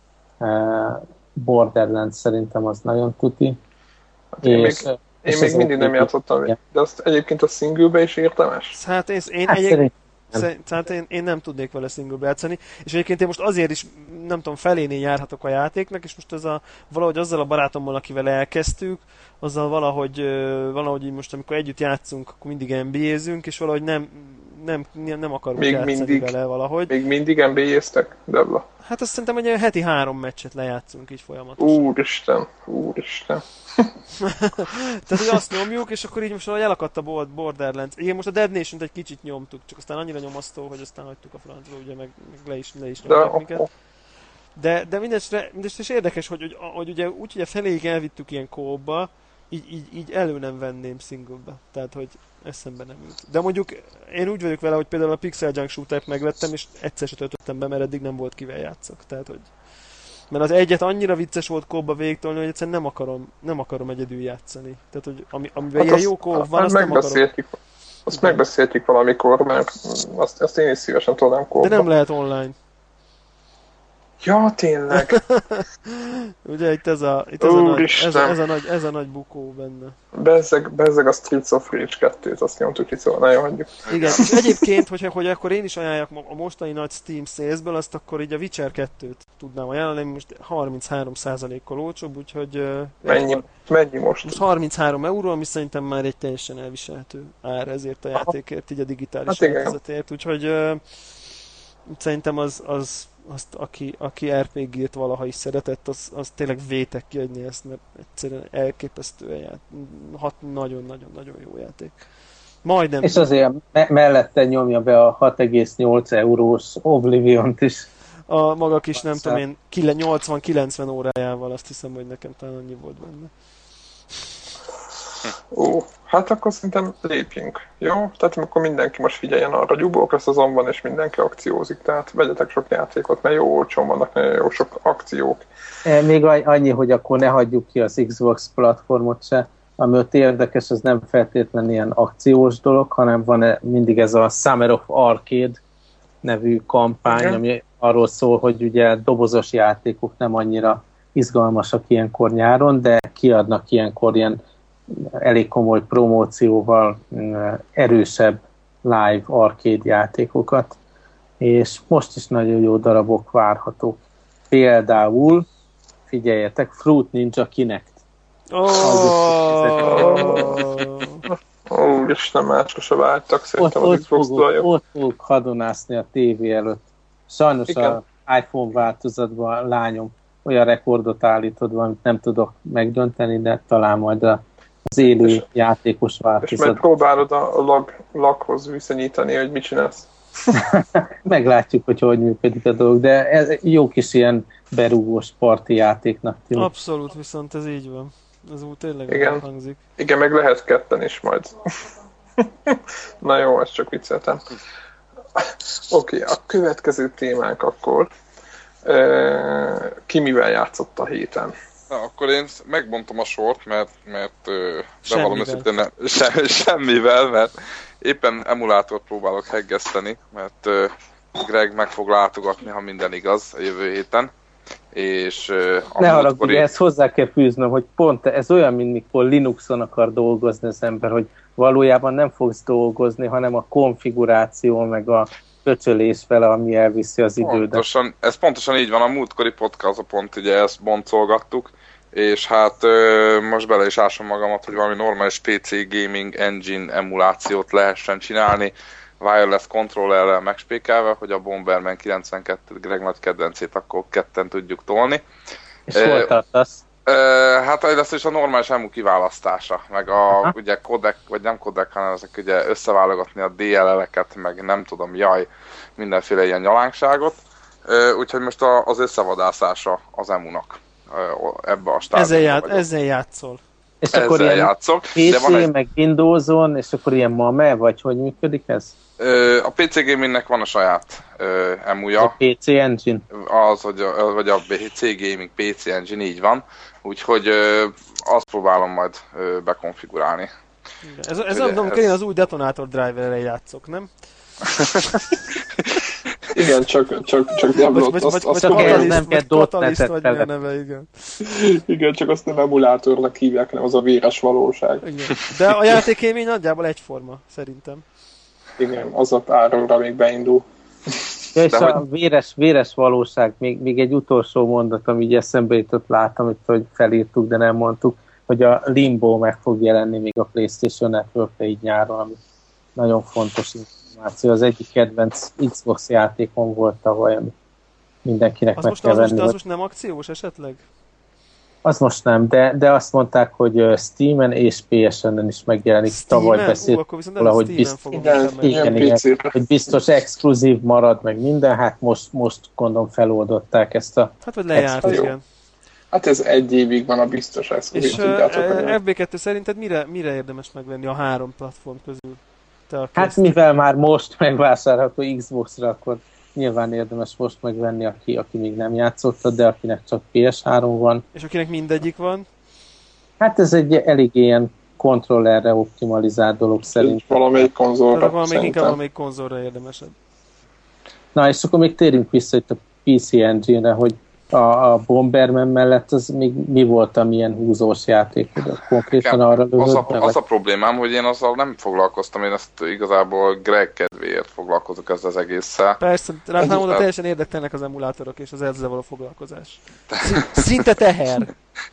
Borderlands szerintem az nagyon tuti. Hát én még mindig nem játszottam, de azt egyébként a single-be is érdemes? Hát én nem tudnék vele single-be játszani, és egyébként én most azért is, nem tudom, felénél járhatok a játéknak, és most valahogy azzal a barátommal, akivel elkezdtük, azzal valahogy így most, amikor együtt játszunk, akkor mindig NBA-zünk, és valahogy nem akarunk még játszani vele valahogy. Még mindig NBA-ztek, Debla? Hát azt szerintem, hogy heti 3 meccset lejátszunk így folyamatosan. Úristen. Tehát, hogy azt nyomjuk, és akkor így most valahogy elakadt a Borderlands. Igen, most a Dead Nation-t egy kicsit nyomtuk, csak aztán annyira nyomasztó, hogy aztán hagytuk a francba, ugye meg le is nyomják minket. De mindestre is érdekes, hogy ugye úgy, hogy a feléig elvittük ilyen co-ba, így elő nem venném single-be. Tehát, hogy eszembe nem jut. De mondjuk én úgy vagyok vele, hogy például a Pixel Junk Shooter-t megvettem, és egyszer se töltöttem be, mert eddig nem volt kivel játszok. Tehát, hogy... Mert az egyet annyira vicces volt kóba végigtolni, hogy egyszerűen nem akarom egyedül játszani. Tehát, hogy amiben hát ilyen jó kóp van, azt nem akarom. Azt megbeszéltük valamikor, mert azt én is szívesen tudnám kóba. De nem lehet online. Ja, tényleg. Ugye itt ez a nagy bukó benne. Bezzeg a Streets of Rage 2-t, azt nyomtuk itt, szóval nagyon hagyjuk. Igen, és egyébként, hogy akkor én is ajánljak a mostani nagy Steam sales-ből, azt akkor így a Witcher 2-t tudnám ajánlani, most 33%-kal olcsóbb, úgyhogy... Mennyi most? Most 33 euró, ami szerintem már egy teljesen elviselhető ár ezért a játékért, így a digitális változatért, úgyhogy szerintem azt, aki RPG-t valaha is szeretett, az tényleg vétek kiadni ezt, mert egyszerűen elképesztően nagyon-nagyon jó játék. Majdnem. És azért mellette nyomja be a 6,8 eurós Oblivion-t is. A maga kis, nem tudom én, 80-90 órájával, azt hiszem, hogy nekem talán annyi volt benne. Hát akkor szerintem lépjünk, jó? Tehát akkor mindenki most figyeljen arra, Gyubók lesz azonban, és mindenki akciózik, tehát vegyetek sok játékot, mert jó olcsón vannak, nagyon jó sok akciók. Még annyi, hogy akkor ne hagyjuk ki az Xbox platformot se, ami ott érdekes, az nem feltétlenül ilyen akciós dolog, hanem van mindig ez a Summer of Arcade nevű kampány, ami arról szól, hogy ugye dobozos játékok nem annyira izgalmasak ilyenkor nyáron, de kiadnak ilyenkor ilyen elég komoly promócióval erősebb live arcade játékokat, és most is nagyon jó darabok várhatók. Például, figyeljetek, Fruit Ninja Kinect. Isten, máskra se vágytak, szerintem az Xbox-tól. Ott fogok hadonászni a tévé előtt. Sajnos az iPhone változatban a lányom olyan rekordot állítod, amit nem tudok megdönteni, de talán majd az élő játékos változat. És majd próbálod a laghoz viszonyítani, hogy mit csinálsz? Meglátjuk, hogy működik a dolog, de ez jó kis ilyen berúgós parti játéknak tűnik. Abszolút, viszont ez így van. Ez úgy tényleg hangzik. Igen, meg lehet ketten is majd. Na jó, ezt csak vicceltem. Oké, a következő témánk akkor. Ki mivel játszott a héten? Na, akkor én megbontom a sort, mert bevallom őszintén semmivel, mert éppen emulátort próbálok heggeszteni, mert Greg meg fog látogatni, ha minden igaz, a jövő héten. És ne haragudj, ezt hozzá kell fűznöm, hogy pont ez olyan, mint mikor Linuxon akar dolgozni az ember, hogy valójában nem fogsz dolgozni, hanem a konfiguráció, meg a köcsölés vele, ami elviszi az idődet. Ez pontosan így van, a múltkori podcastban pont ugye ezt boncolgattuk, és hát most bele is ásom magamat, hogy valami normális PC Gaming Engine emulációt lehessen csinálni, wireless controllerrel megspékelve, hogy a Bomberman 92 Greg nagy kedvencét akkor ketten tudjuk tolni. És hol tartasz? Hát először is a normális emu kiválasztása, meg a ugye codec, vagy nem codec, hanem ezek ugye összeválogatni a DLL-eket, meg nem tudom, mindenféle ilyen nyalánkságot. Úgyhogy most az összevadászása az emunak ebbe a stádiumban. Ezzel játszol. És akkor ilyen játszok, PC, meg Windowson, és akkor ilyen MAME, vagy hogy működik ez? A PC Gamingnek van a saját emuja. A PC Engine? Vagy a PC Gaming PC Engine, így van. Úgyhogy azt próbálom majd bekonfigurálni. Ez amikor én az új Detonator driverrel játszok, nem? Igen, csak Diablot, nem kell Catalyst, vagy milyen neve, igen. Igen, csak azt nem emulátornak hívják, nem az a véres valóság. Igen. De a játékélmény nagyjából egyforma, szerintem. Igen, az a páromra még beindul. Ja, és a véres valóság, még egy utolsó mondat, ami így eszembe jutott, láttam, hogy felírtuk, de nem mondtuk, hogy a Limbo meg fog jelenni még a PlayStation Network-re így nyáron, ami nagyon fontos információ. Az egyik kedvenc Xbox játékon volt tavaly, ami mindenkinek meg kell venni. Az most nem akciós esetleg? Az most nem, de azt mondták, hogy Steamen és PSN-en is megjelenik. Tavaly beszéltünk róla, hogy biztos exkluzív marad, meg minden, hát most gondolom feloldották ezt a... Hát, vagy lejárt, igen. Hát ez egy évig van a biztos exkluzív. És FB2 szerinted mire érdemes megvenni a 3 platform közül? Hát mivel már most megvásárolható Xbox-ra, akkor nyilván érdemes most megvenni, aki még nem játszotta, de akinek csak PS3 van. És akinek mindegyik van? Hát ez egy elég ilyen kontrollerre optimalizált dolog szerint. Valamelyik konzolra. Inkább valamelyik konzolra érdemesebb. Na, és akkor még térjünk vissza itt a PC Engine-re, hogy a Bomberman mellett az még mi volt, amilyen húzós játék? Konkrétan arra az a problémám, hogy én azzal nem foglalkoztam, én ezt igazából Greg kedvéért foglalkozok ezzel az egésszel. Persze, rám oda teljesen érdektelnek az emulátorok és az ezzel való foglalkozás. Szinte teher.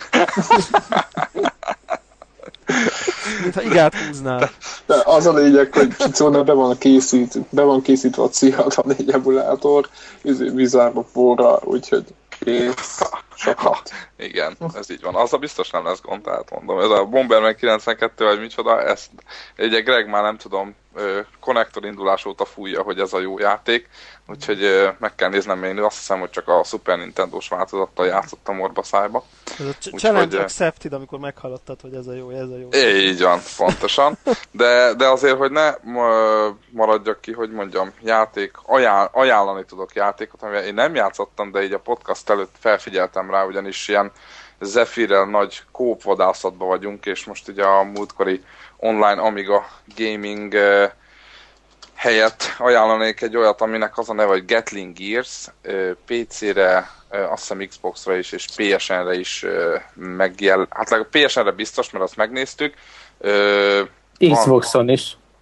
Mintha igát húznál. De az a lényeg, hogy Csicóna be van készítve a CH4 emulátor, vizárba porra, úgyhogy kész. Sokat. Igen, ez így van. Az a biztos nem lesz gond, tehát mondom. Ez a Bomberman 92 vagy micsoda, ezt ugye Greg már nem tudom, konnektor indulás óta fújja, hogy ez a jó játék, úgyhogy meg kell néznem én, azt hiszem, hogy csak a Super Nintendo-s változattal játszottam orba szájba. Ez a challenge accepted, amikor meghallottad, hogy ez a jó. Így van, pontosan. De azért, hogy ne maradjak ki, hogy mondjam, ajánlani tudok játékot, amivel én nem játszottam, de így a podcast előtt felfigyeltem rá, ugyanis ilyen Zephyrrel nagy kópvadászatban vagyunk, és most ugye a múltkori online Amiga gaming helyett ajánlanék egy olyat, aminek az a neve, hogy Gatling Gears, PC-re, azt hiszem Xbox-ra is, és PSN-re is megjel. Hát a PSN-re biztos, mert azt megnéztük. Xbox-on is.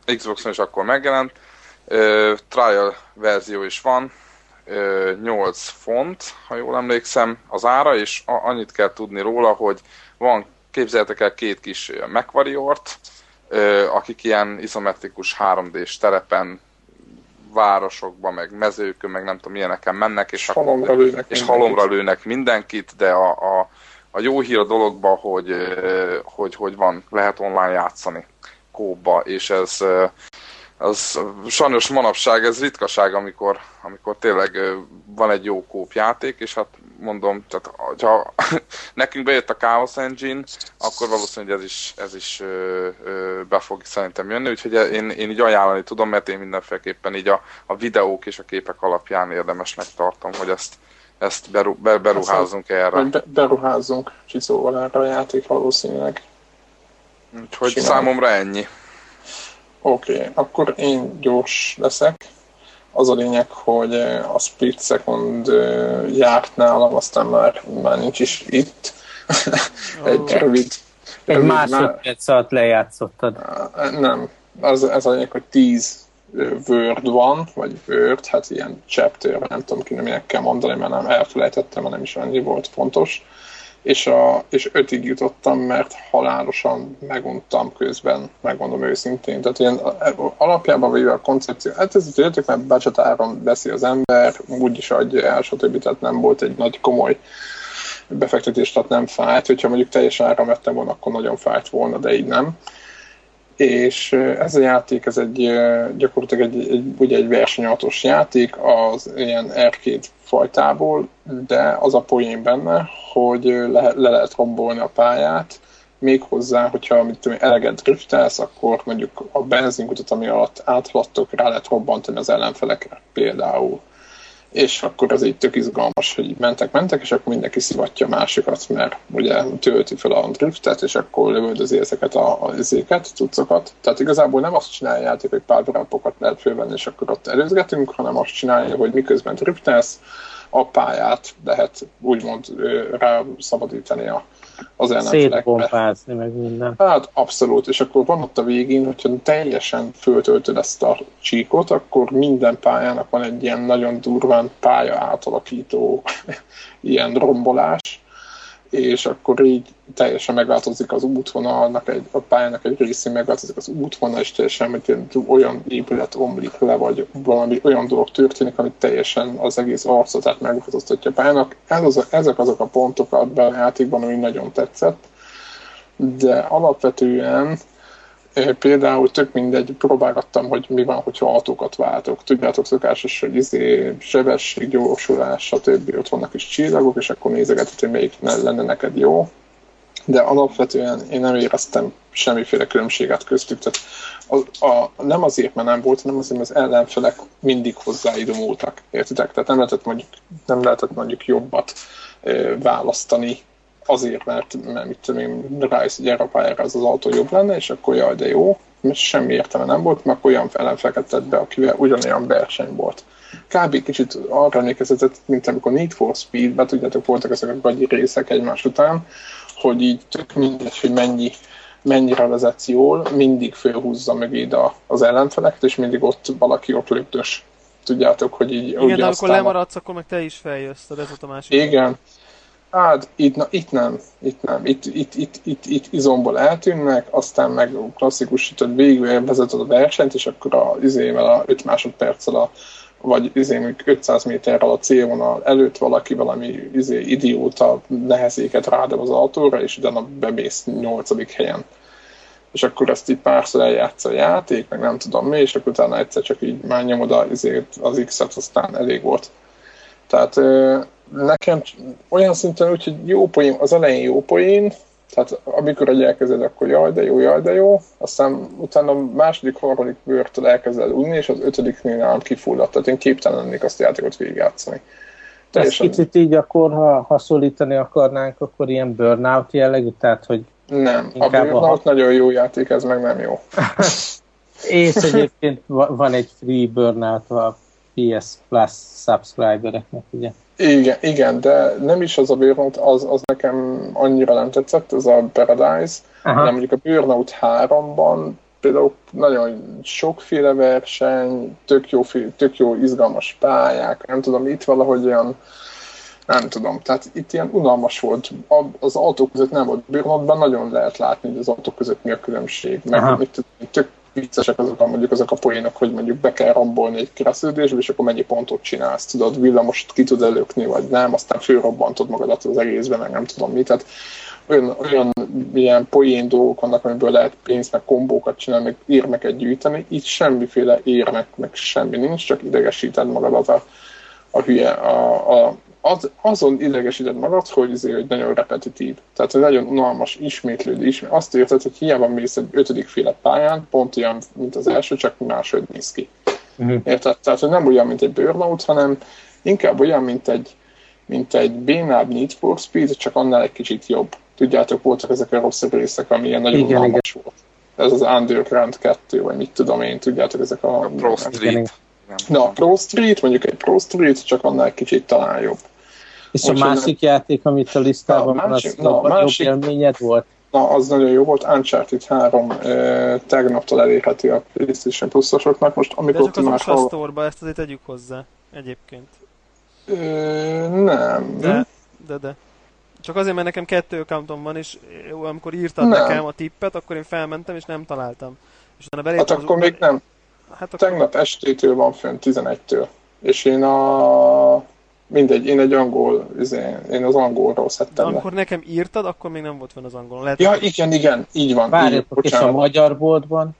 Xboxon is akkor megjelent. Trial verzió is van, 8 font, ha jól emlékszem, az ára, és annyit kell tudni róla, hogy van, képzeljétek el 2 kis MechWarrior-t, akik ilyen izometrikus 3D-s terepen, városokban, meg mezőkön, meg nem tudom milyeneken mennek, és halomra lőnek mindenkit, de a jó hír a dologban, hogy lehet online játszani kóba, és az sajnos manapság ez ritkaság, amikor tényleg van egy jó kóp játék, és hát mondom, tehát ha nekünk bejött a Chaos Engine, akkor valószínűleg ez is be fog szerintem jönni, úgyhogy én így ajánlani tudom, mert én mindenféleképpen így a videók és a képek alapján érdemesnek tartom, hogy ezt beruházunk erre. Beruházzunk Csicóval erre a játék valószínűleg. Úgyhogy számomra ennyi. Oké, akkor én gyors leszek. Az a lényeg, hogy a Split Second járt nálam, aztán már nincs is itt. Egy másodperc alatt lejátszottad. Nem, ez a lényeg, hogy 10 word van, vagy word, hát ilyen chapter, nem tudom ki, minek kell mondani, mert nem elfelejtettem, mert nem is annyi volt fontos. És 5-ig jutottam, mert halálosan meguntam közben, megmondom őszintén. Tehát ilyen alapjában vagy a koncepció, hát ez tudjátok, mert budget áron veszi az ember, úgyis adja el, stb. Tehát nem volt egy nagy komoly befektetés, tehát nem fájt. Hogyha mondjuk teljes áron vettem volna, akkor nagyon fájt volna, de így nem. És ez a játék, ez gyakorlatilag egy versenyautos játék, az ilyen arcade fajtából, de az a poén benne, hogy le lehet rombolni a pályát, méghozzá, hogyha eleget driftelsz, akkor mondjuk a benzinkutat, ami alatt áthaladtok, rá lehet robbantani az ellenfelekre például. És akkor az így tök izgalmas, hogy mentek, és akkor mindenki szivatja a másikat, mert ugye tölti fel a driftet, és akkor lövöldözi ezeket a cuccokat. Tehát igazából nem azt csinálja a játék, hogy power-upokat lehet fölvenni, és akkor ott előzgetünk, hanem azt csinálja, hogy miközben driftelsz, a pályát lehet úgymond rászabadítani az ellenfelekre. Szétbombázni, meg minden. Hát abszolút, és akkor van ott a végén, hogyha teljesen föltöltöd ezt a csíkot, akkor minden pályának van egy ilyen nagyon durván pálya átalakító ilyen rombolás, és akkor így teljesen megváltozik az útvonal, a pályának egy részén megváltozik az útvonal, és teljesen olyan épület omlik le, vagy valami olyan dolog történik, amit teljesen az egész arcot megváltoztatja a pályának. Ezek azok a pontok a játékban, ami nagyon tetszett, de alapvetően például tök mindegy, próbálgattam, hogy mi van, hogyha autókat váltok. Tudjátok, szokásos, hogy sebesség, gyorsulás, stb. Ott vannak is csillagok, és akkor nézegeted, hogy melyik lenne neked jó. De alapvetően én nem éreztem semmiféle különbséget köztük. Tehát nem azért, mert nem volt, hanem azért, mert az ellenfelek mindig hozzáidomultak. Értitek? Tehát nem lehetett mondjuk jobbat választani, azért, mert mit tudom én, rájössz, hogy erre a pályára az autó jobb lenne, és akkor jaj, de jó, mert semmi értelme nem volt, mert olyan ellenfeleket tett be, akivel ugyanolyan verseny volt. Kb. Kicsit arra emlékeztetett, mint amikor Need for Speed-ben, tudjátok, voltak ezek a gagyi részek egymás után, hogy így tök mindegy, hogy mennyire vezetsz jól, mindig fölhúzza mögéd az ellenfeleket, és mindig valaki ott lögdös. Tudjátok, hogy így... Igen, de amikor lemaradsz, akkor meg te is feljössz, ez ott a másik. Igen. Hát itt nem. Itt izomból eltűnnek, aztán meg klasszikus, hogy végül vezeted a versenyt, és akkor a 5 másodperccel vagy 500 méterrel a célvonal előtt valami idióta nehezéket rádob az autóra, és utána bemész 8. helyen. És akkor ezt így párszor eljátsz a játék, meg nem tudom mi, és akkor utána egyszer csak így már nyomod az X-et, aztán elég volt. Tehát nekem olyan szinten úgy, hogy jó poén, az elején jó poén, tehát amikor elkezded, akkor jaj de jó, aztán utána a második, harmadik bőrtől elkezded unni, és az 5-nél nálam kifulladt, tehát én képtelen lennék azt a játékot végigjátszani. Ezt kicsit így akkor, ha hasonlítani akarnánk, akkor ilyen Burnout jellegű, tehát hogy... Nem, a Burnout nagyon jó játék, ez meg nem jó. És egyébként van egy free Burnout a PS Plus subscribereknek, ugye? Igen, de nem is az a Burnout, az nekem annyira nem tetszett, ez a Paradise, hanem mondjuk a Burnout 3-ban például nagyon sokféle verseny, tök jó izgalmas pályák, nem tudom, itt valahogy olyan, nem tudom, tehát itt ilyen unalmas volt. Az autók között nem volt. Burnotban nagyon lehet látni, hogy az autók között mi a különbség. Meg tök viccesek azok a poénok, hogy mondjuk be kell rambolni egy keresztődésbe, és akkor mennyi pontot csinálsz, tudod, villamost ki tud előkni, vagy nem, aztán fölrobbantod magadat az egészben, meg nem tudom mit. Tehát olyan ilyen poén dolgok vannak, amiből lehet pénzt, meg kombókat csinálni, meg érmeket gyűjteni. Itt semmiféle érmek, meg semmi nincs, csak idegesíted magadat a hülye, azon idegesíted magad, hogy nagyon repetitív. Tehát nagyon unalmas, ismétlődő. Azt érted, hogy hiába mész egy 5. féle pályán, pont olyan, mint az első, csak máshogy néz ki. Érted? Tehát, hogy nem olyan, mint egy Burnout, hanem inkább olyan, mint egy bénább Need for Speed, csak annál egy kicsit jobb. Tudjátok, voltak ezek a rossz részek, ami ilyen nagyon unalmas volt. Ez az Underground 2, vagy mit tudom én, tudjátok, ezek a Pro Street. Na, a Pro Street, mondjuk egy Pro Street, csak annál egy kicsit talán jobb. És a másik játék, amit a listában van, az jobb élményed volt? Na, az nagyon jó volt. Uncharted 3 tegnaptól elérhető a PlayStation Plus-osoknak. Most, amikor de csak az USA Store-ba, ezt azért tegyük hozzá, egyébként. Nem. De. Csak azért, mert nekem 2 accountom van, és amikor írtad nekem a tippet, akkor én felmentem, és nem találtam. És hát akkor még nem. Hát akkor... Tegnap estétől van fönn, 11-től. És én én egy angol, én az angolról szedtem le. Amikor nekem írtad, akkor még nem volt fenn az angolon. Lehet, ja, igen, így van. Várjatok, és a magyar boltban?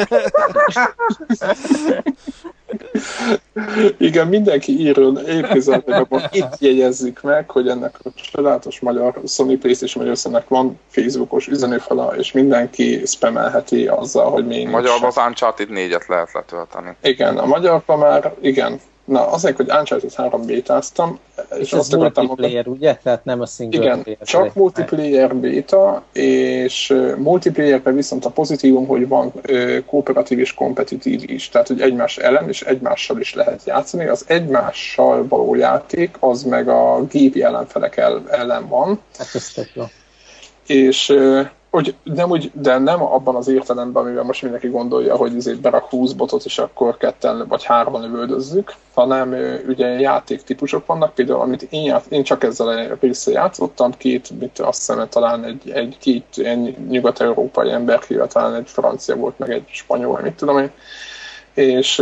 Igen, mindenki írjon évközelben, itt jegyezzük meg, hogy ennek a csodálatos magyar Sony PlayStation Magyarországnak van Facebookos üzenőfala, és mindenki spamelheti azzal, hogy mi... Magyarban az Uncharted 4-et lehet letölteni. Igen, a magyarban már, igen. Na, azért, hogy Uncharted 3 bétáztam, és azt akartam multiplayer, ugye? Tehát nem a single igen, player. Csak multiplayer béta, és multiplayerben viszont a pozitívum, hogy van kooperatív és kompetitív is. Tehát, hogy egymás ellen és egymással is lehet játszani. Az egymással való játék, az meg a gépi ellenfelek ellen van. Hát ez tök jó. És... de nem abban az értelemben, amivel most mindenki gondolja, hogy berak 20 botot, és akkor 2 vagy 3 lövöldözzük, hanem ugye játéktípusok vannak, például amit én csak ezzel a résszel játszottam, azt hiszem talán két nyugat-európai ember, talán egy francia volt, meg egy spanyol, mit tudom én, és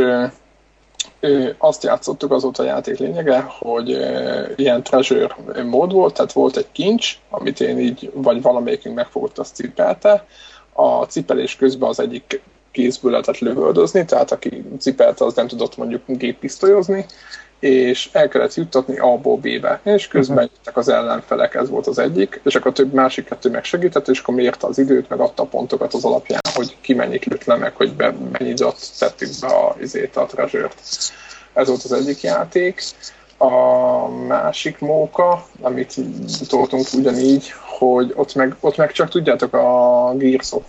azt játszottuk, az volt a játék lényege, hogy ilyen treasure mód volt, tehát volt egy kincs, amit én így, vagy valamelyikünk megfogott, azt cipelte. A cipelés közben az egyik kézből lehetett lövöldözni, tehát aki cipelte, az nem tudott mondjuk géppisztolyozni, és el kellett juttatni A-ból B-be, és közben jöttek az ellenfelek, ez volt az egyik, és akkor a másik 2 megsegített, és akkor mérte az időt, meg adta a pontokat az alapján, hogy ki mennyit lőtt le, meg hogy mennyi időt tettük be a treasure-t. Ez volt az egyik játék. A másik móka, amit toltunk ugyanígy, hogy ott meg csak tudjátok, a Gears of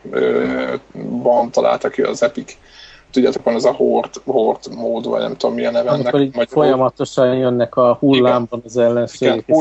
War-ban találtak ki az Epic. Tudjátok, van az a horde mód, vagy nem tudom milyen neve ennek. Amikor így folyamatosan jönnek a hullámban az ellenségek. Igen,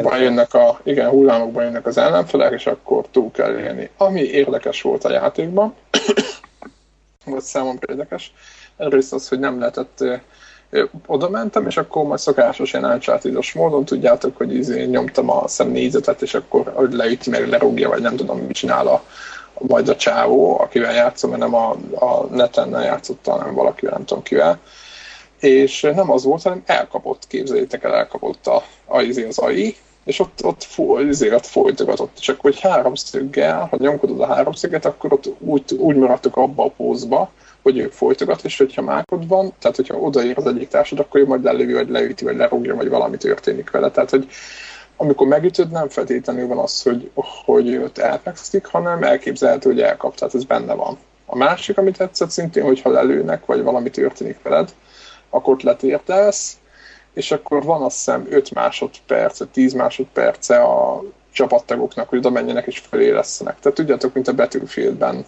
hullámokban jönnek az ellenfelek, és akkor túl kell élni. Ami érdekes volt a játékban, vagy számomra érdekes, először az, hogy nem lehetett, oda mentem, és akkor majd szokásos ilyen Uncharted-os módon, tudjátok, hogy nyomtam a szemnégyzetet, és akkor hogy leüti, meg lerúgja, vagy nem tudom, mit csinál majd a csávó, akivel játszom, mert nem a neten játszottam, hanem valakivel, nem tudom kivel. És nem az volt, hanem elkapott, képzeljétek el, elkapott az AI, és ott folytogatott. És akkor, hogy 3 szöggel, ha nyomkodod a 3 szöget, akkor ott úgy maradtok abba a pózba, hogy ő folytogat, és hogyha mákod van, tehát hogyha odaér az egyik társad, akkor ő majd lelövi, vagy leüti, vagy lerúgja, vagy valami történik vele. Tehát, hogy amikor megütöd, nem feltétlenül van az, hogy őt elfekszik, hanem elképzelhető, hogy elkap, tehát ez benne van. A másik, amit tetszett szintén, hogyha lelőnek, vagy valami történik veled, akkor ott letérdelsz, és akkor van azt hiszem 5 másodperc, 10 másodperce a csapattagoknak, hogy oda menjenek és felélesztenek. Tehát tudjátok, mint a Battlefieldben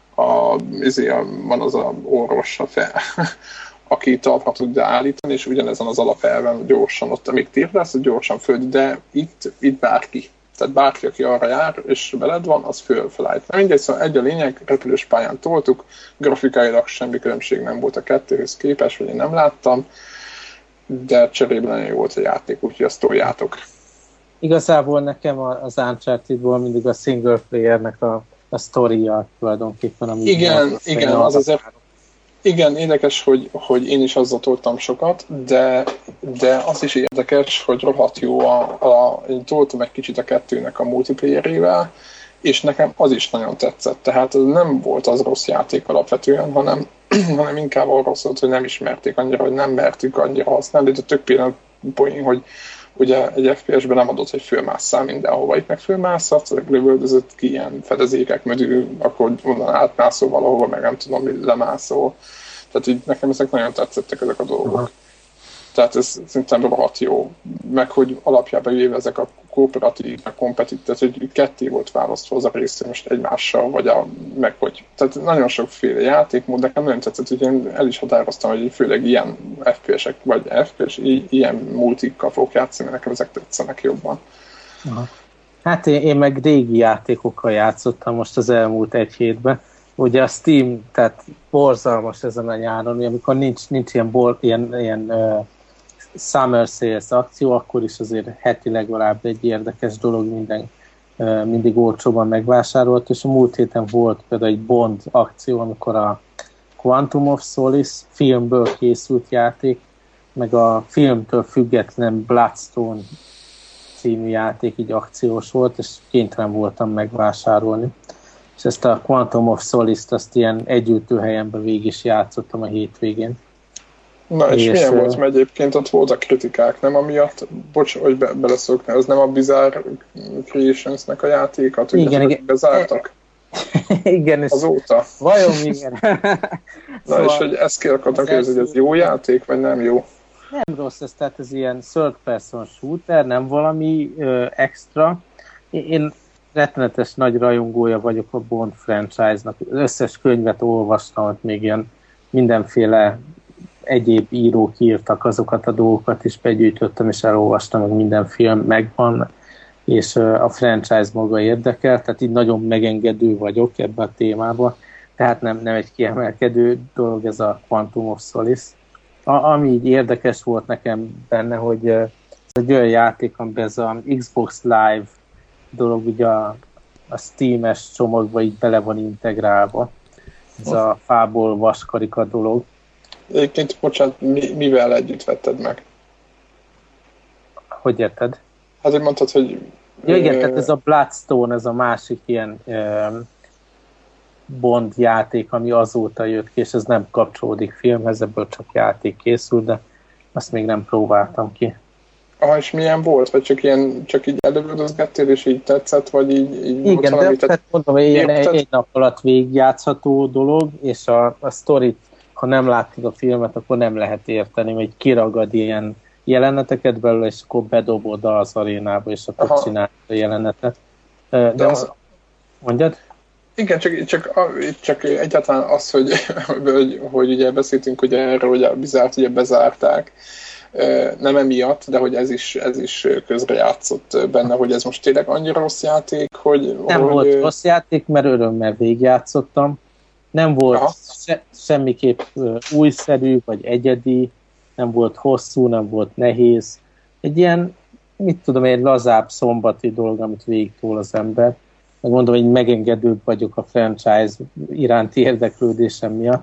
van az a orvos, aki talpra tudja állítani, és ugyanezen az alapelven gyorsan ott, amíg térdelsz, gyorsan föld, de itt bárki. Tehát bárki, aki arra jár, és veled van, az fölállít. Na mindegy, szóval egy a lényeg, repülős pályán toltuk, grafikailag semmi különbség nem volt a kettőhöz képest, vagy én nem láttam, de cserében nagyon jó volt a játék, úgyhogy azt toljátok. Igazából nekem az Uncharted-ból mindig a single playernek a sztoria tulajdonképpen. Igen, az azért... Igen, érdekes, hogy én is azzal toltam sokat, de az is érdekes, hogy rohadt jó én toltam egy kicsit a kettőnek a multiplayerével, és nekem az is nagyon tetszett. Tehát nem volt az rossz játék alapvetően, hanem inkább arról szólt, hogy nem ismerték annyira, hogy nem mertük annyira használni, de tök például poén, hogy ugye egy FPS-ben nem adott, hogy fölmásszál mindenhova, itt meg fölmászhatsz, lövöldözött ki ilyen fedezékek mögül, akkor onnan átmászol valahova, meg nem tudom, lemászol. Tehát így nekem ezek nagyon tetszettek ezek a dolgok. Aha. Tehát ez szerintem rohadt jó. Meg hogy alapjában véve ezek a kooperatív, a kompetitív, tehát hogy ketté volt választva az a rész, most egymással, vagy meg hogy. Tehát nagyon sokféle játékmód, nekem nagyon tetszett, hogy én el is határoztam, hogy főleg ilyen FPS-ek, vagy FPS, ilyen multikkal fogok játszani, nekem ezek tetszenek jobban. Aha. Hát én meg régi játékokkal játszottam most az elmúlt egy hétben. Ugye a Steam, tehát borzalmas ezen a nyáron, amikor nincs ilyen Summer Sales akció, akkor is azért heti legalább egy érdekes dolog mindig olcsóban megvásárolt, és a múlt héten volt például egy Bond akció, amikor a Quantum of Solace filmből készült játék, meg a filmtől független Bloodstone című játék így akciós volt, és kénytelen voltam megvásárolni. És ezt a Quantum of Solace-t azt ilyen együttőhelyenben végig is játszottam a hétvégén. Na és milyen volt? Mert egyébként ott voltak kritikák, nem amiatt, bocs, hogy beleszoknál, az nem a Bizarre Creationsnek a játékat, igen. bezártak? Igen, és azóta. Vajon igen. Na szóval és hogy ezt ki akartam kérdezni, hogy ez jó játék, vagy nem jó? Nem rossz ez, tehát ez ilyen third person shooter, nem valami extra. Én rettenetes nagy rajongója vagyok a Bond franchise-nak. Az összes könyvet olvastam, hogy még ilyen mindenféle egyéb írók írtak azokat a dolgokat is, begyűjtöttem és elolvastam, hogy minden film megvan, és a franchise maga érdekel, tehát így nagyon megengedő vagyok ebben a témában, tehát nem egy kiemelkedő dolog ez a Quantum of Solace. Ami így érdekes volt nekem benne, hogy ez egy olyan játék, amiben ez a Xbox Live dolog ugye a Steam-es csomagba így bele van integrálva. Ez a fából vaskarika dolog. Egyébként, bocsánat, mivel együtt vetted meg? Hogy érted? Hát, hogy mondtad, hogy... Ja, igen, tehát ez a Bloodstone, ez a másik ilyen Bond játék, ami azóta jött ki, és ez nem kapcsolódik filmhez, ebből csak játék készül, de azt még nem próbáltam ki. És milyen volt? Vagy csak így elővődözgettél, és így tetszett, vagy így igen, de tehát mondom, hogy ilyen egy nap alatt végigjátszható dolog, és a sztorit, ha nem láttad a filmet, akkor nem lehet érteni, hogy kiragad ilyen jeleneteket belőle, és akkor bedobod az arénába, és akkor csinálja a jelenetet. De az... Mondjad? Igen, csak egyáltalán az, hogy ugye beszéltünk ugye erről, hogy a Bizárt ugye bezárták, nem emiatt, de hogy ez is közrejátszott benne, hogy ez most tényleg annyira rossz játék, hogy... Nem volt rossz játék, mert örömmel végigjátszottam. Nem volt semmiképp újszerű, vagy egyedi, nem volt hosszú, nem volt nehéz. Egy ilyen, egy lazább szombati dolog, amit végigtól az ember. Megmondom, hogy megengedőbb vagyok a franchise iránti érdeklődésem miatt.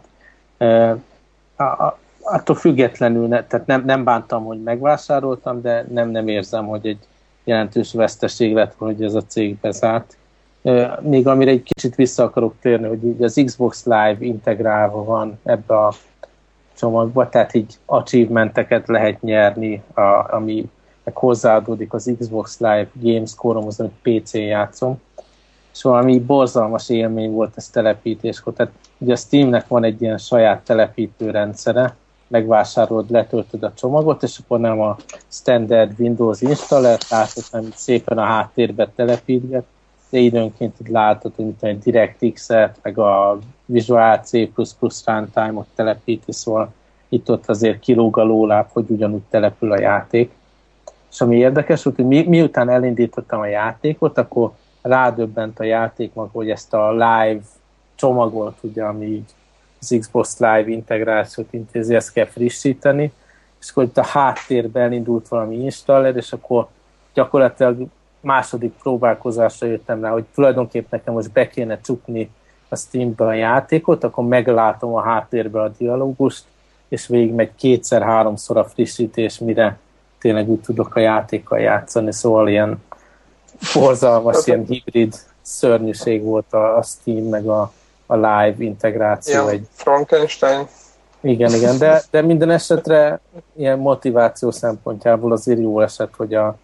Attól függetlenül, tehát nem bántam, hogy megvásároltam, de nem érzem, hogy egy jelentős veszteség lett, hogy ez a cég bezárt. Még amire egy kicsit vissza akarok térni, hogy így az Xbox Live integrálva van ebbe a csomagba, tehát így achievementeket lehet nyerni, ami meg hozzáadódik az Xbox Live Games Core-omhoz, amit PC-n játszom. És valami borzalmas élmény volt ez telepítéskor. Tehát ugye a Steamnek van egy ilyen saját telepítő rendszere, megvásárolod, letöltöd a csomagot, és akkor nem a standard Windows installer, látod, hanem szépen a háttérbe telepítget, de időnként látod, hogy mint egy DirectX-et, meg a Visual C++ runtime-ot telepíti, szóval itt-ott azért kilóg a lóláb, hogy ugyanúgy települ a játék. És ami érdekes volt, hogy miután elindítottam a játékot, akkor rádöbbent a játék maga, hogy ezt a live csomagot, ugye, ami így az Xbox Live integrációt intézi, ezt kell frissíteni, és akkor itt a háttérben elindult valami installer, és akkor gyakorlatilag második próbálkozásra jöttem rá, hogy tulajdonképpen nekem most be kéne csukni a Steambe a játékot, akkor meglátom a háttérben a dialógust, és végigmegy 2-3-szor a frissítés, mire tényleg úgy tudok a játékkal játszani, szóval ilyen borzalmas, ilyen hibrid szörnyűség volt a Steam, meg a live integráció. Ja, Frankenstein. Igen, de minden esetre ilyen motiváció szempontjából azért jó esett, hogy a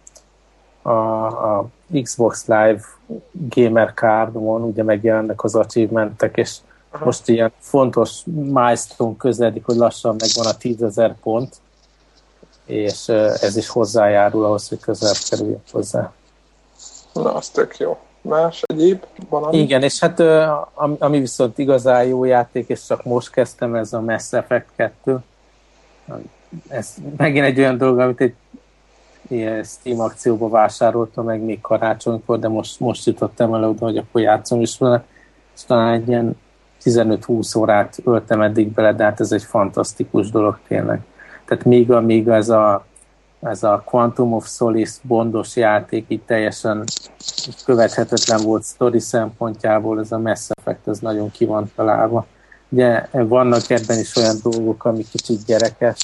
Xbox Live Gamer Cardon ugye megjelennek az achievementek, és most ilyen fontos milestone közeledik, hogy lassan megvan a 10.000 pont, és ez is hozzájárul ahhoz, hogy közelebb kerüljön hozzá. Na, az tök jó. Más egyéb? Valami? Igen, és hát ami viszont igazán jó játék, és csak most kezdtem, ez a Mass Effect 2. Ez megint egy olyan dolog, amit egy ilyen Steam akcióba vásároltam meg még karácsonykor, de most jutottam el oda, hogy akkor játszom is vele. És talán egy ilyen 15-20 órát öltem eddig bele, de hát ez egy fantasztikus dolog tényleg. Tehát még ez a Quantum of Solace bondos játék így teljesen követhetetlen volt sztori szempontjából, ez a Mass Effect, ez nagyon ki van találva. Ugye vannak ebben is olyan dolgok, ami kicsit gyerekes,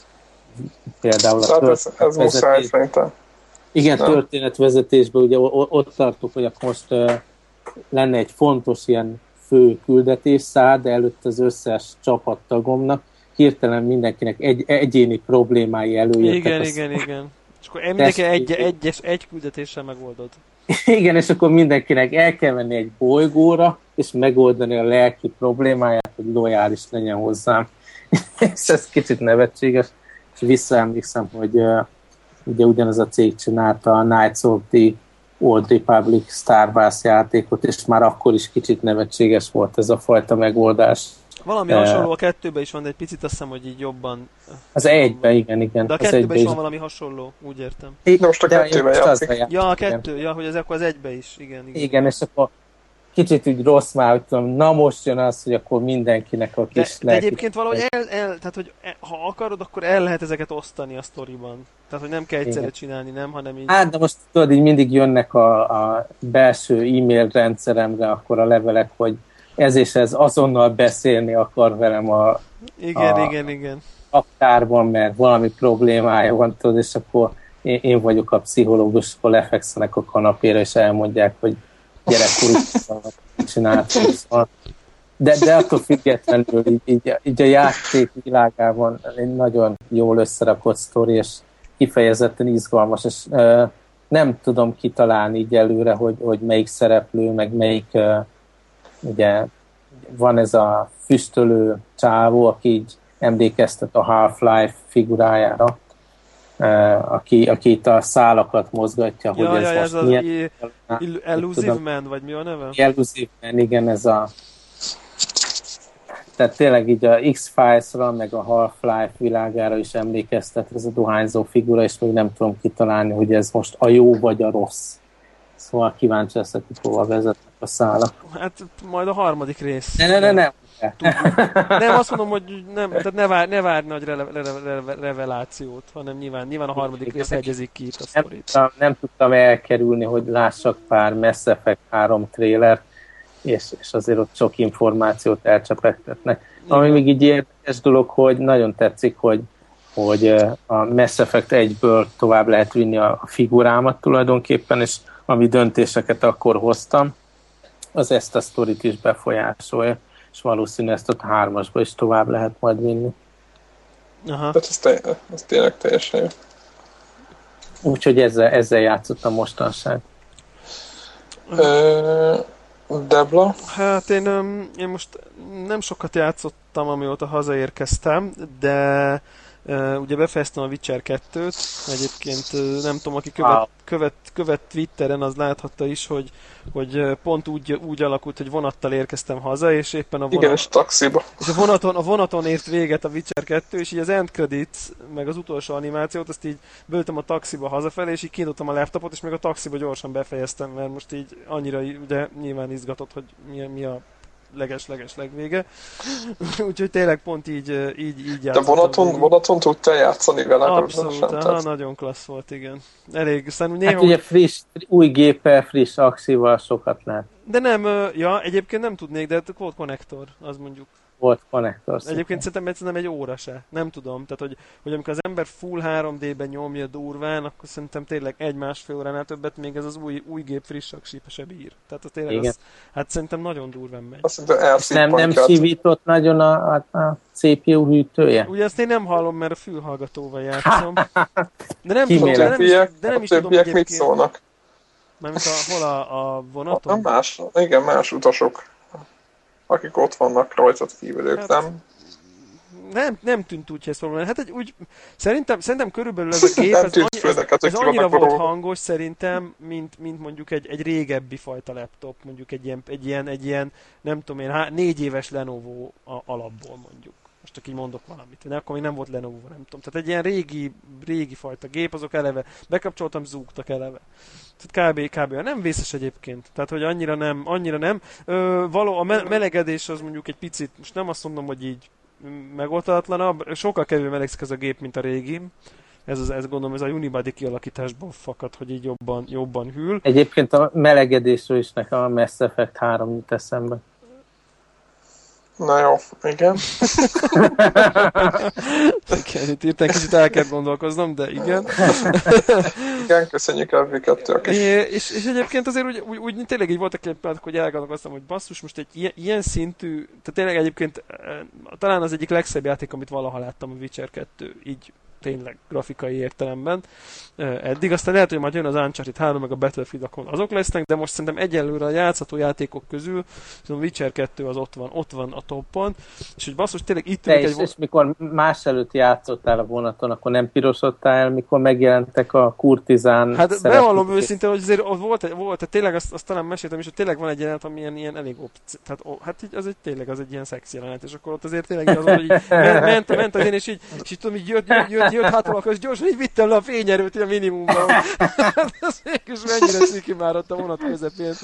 például a történetvezetés. Igen, történetvezetésben ugye ott tartok, hogy akkor most lenne egy fontos ilyen fő küldetésszár, de előtt az összes csapattagomnak hirtelen mindenkinek egyéni problémái előjöttek. Igen. És akkor mindenki egy küldetéssel megoldod. Igen, és akkor mindenkinek el kell menni egy bolygóra, és megoldani a lelki problémáját, hogy lojális legyen hozzám. És ez kicsit nevetséges. És visszaemlékszem, hogy ugye ugyanaz a cég csinálta a Knights of the Old Republic Star Wars játékot, és már akkor is kicsit nevetséges volt ez a fajta megoldás. Valami hasonló a 2-ben is van, de egy picit azt hiszem, hogy így jobban... Az 1-ben, igen. De a 2-ben is van valami hasonló, úgy értem. De most a 2-ben játszik. Ja, a 2, ja, hogy ez akkor az 1-ben is, igen. Igen, és akkor kicsit úgy rossz már, hogy tudom, na most jön az, hogy akkor mindenkinek a kis de egyébként valahogy tehát hogy ha akarod, akkor el lehet ezeket osztani a sztoriban. Tehát, hogy nem kell egyszerre csinálni, nem, hanem így... Hát, de most tudod, így mindig jönnek a belső e-mail rendszeremre akkor a levelek, hogy ez és ez azonnal beszélni akar velem Igen. Akárban, mert valami problémája van, tudod, és akkor én vagyok a pszichológus, akkor lefekszenek a kanapéra, és elmondják, hogy gyerekkorúban csináltam. Szóval. De attól függetlenül így a játék világában egy nagyon jól összerakott sztori, és kifejezetten izgalmas, és nem tudom kitalálni így előre, hogy melyik szereplő, meg melyik ugye van ez a füstölő csávó, aki így emlékeztet a Half-Life figurájára, aki itt a szálakat mozgatja, hogy ez most milyen... Elusive Man, vagy mi a neve? Elusive Man, igen, ez a... Tehát tényleg így a X-Files-ra, meg a Half-Life világára is emlékeztet ez a dohányzó figura, és még nem tudom kitalálni, hogy ez most a jó vagy a rossz. Szóval kíváncsi leszek, hogy hova vezetnek a szálak. Hát majd a harmadik rész. Nem. Nem, azt mondom, hogy nem, tehát ne várj nagy revelációt, hanem nyilván a harmadik rész egyezik ki itt a sztorit. Nem tudtam elkerülni, hogy lássak pár Mass Effect 3 trailer, és azért ott sok információt elcsepegtetnek. Ami még így érdekes dolog, hogy nagyon tetszik, hogy a Mass Effect 1-ből tovább lehet vinni a figurámat tulajdonképpen, és ami döntéseket akkor hoztam, az ezt a sztorit is befolyásolja, és valószínűleg ezt a 3-asba is tovább lehet majd vinni. Aha. Tehát ez tényleg teljesen jó. Úgyhogy ezzel játszottam mostanság. Debla? Hát én most nem sokat játszottam, amióta hazaérkeztem, de Ugye befejeztem a Witcher 2-t, egyébként nem tudom, aki követ Twitteren, az láthatta is, hogy pont úgy alakult, hogy vonattal érkeztem haza, és éppen igen, és taxiba. És a vonaton ért véget a Witcher 2, és így az end credits, meg az utolsó animációt, azt így böltem a taxiba hazafelé, és így kinyitottam a laptopot, és meg a taxiba gyorsan befejeztem, mert most így annyira, ugye nyilván izgatott, hogy mi a leges legvége. Úgyhogy tényleg pont így játszottam. De vonaton tudtál játszani vele? Abszolút, nagyon klassz volt, igen. Elég, aztán néha... Hát ugye új géppel, friss axival sokat lehet. De nem, egyébként nem tudnék, de volt konnektor, az mondjuk. Volt konnektor. Egyébként szerintem egy óra se. Nem tudom. Tehát, hogy amikor az ember full 3D-ben nyomja durván, akkor szerintem tényleg 1-1,5 óránál többet még ez az új gép friss aksipa se bír. Tehát tényleg hát szerintem nagyon durván megy. Nem szívított nagyon a CPU hűtője? Ugye ezt én nem hallom, mert a fülhallgatóval játszom. De nem is tudom egyébként. Mit szólnak? Mármint hol a vonaton? Más utasok, akik ott vannak rajtad kívül, ők nem tűnt úgy, hogy ez probléma. Hát szerintem körülbelül ez a gép, ez annyira volt hangos szerintem, mint mondjuk egy régebbi fajta laptop, mondjuk egy ilyen nem tudom én, 4 éves Lenovo alapból mondjuk. Most csak így mondok valamit. De akkor még nem volt Lenovo, nem tudom. Tehát egy ilyen régi fajta gép, azok eleve bekapcsoltam, zúgtak eleve. Tehát kb. Nem vészes egyébként. Tehát, hogy annyira nem. A melegedés az mondjuk egy picit, most nem azt mondom, hogy így megoldatlanabb, sokkal kevésbé melegszik ez a gép, mint a régi. Ez gondolom, ez a Unibody kialakításból fakad, hogy így jobban hűl. Egyébként a melegedésről is nekem a Mass Effect 3 jut eszembe. Na jó, igen. Igen, itt írtán kicsit el kell gondolkoznom, de igen. Igen, köszönjük MV2-ök is. És egyébként azért úgy tényleg így voltak egy pillanatok, hogy elgondolkoztam, hogy basszus, most egy ilyen szintű, tehát tényleg egyébként talán az egyik legszebb játék, amit valaha láttam, a Witcher 2, így tényleg grafikai értelemben eddig. Aztán lehet, hogy majd jön az Uncharted 3, meg a Battlefield, azok lesznek, de most szerintem egyelőre a játszható játékok közül a Witcher 2 az ott van a toppon, és hogy basszus, tényleg itt és mikor más előtt játszottál a vonaton, akkor nem pirosodtál el, mikor megjelentek a kurtizán. Hát bevallom őszintén, hogy azért volt tényleg azt talán meséltem is, hogy tényleg van egy jelenet, ami ilyen elég tehát hát így az egy ilyen szexi jelenet, és akkor ott azért tényleg az, hogy így ment az én, és így tudom, így jött hátul, akkor gyorsan így vittem le a fényerőt a minimumban. Ez mégis mennyire sziki már ott a vonat közepén.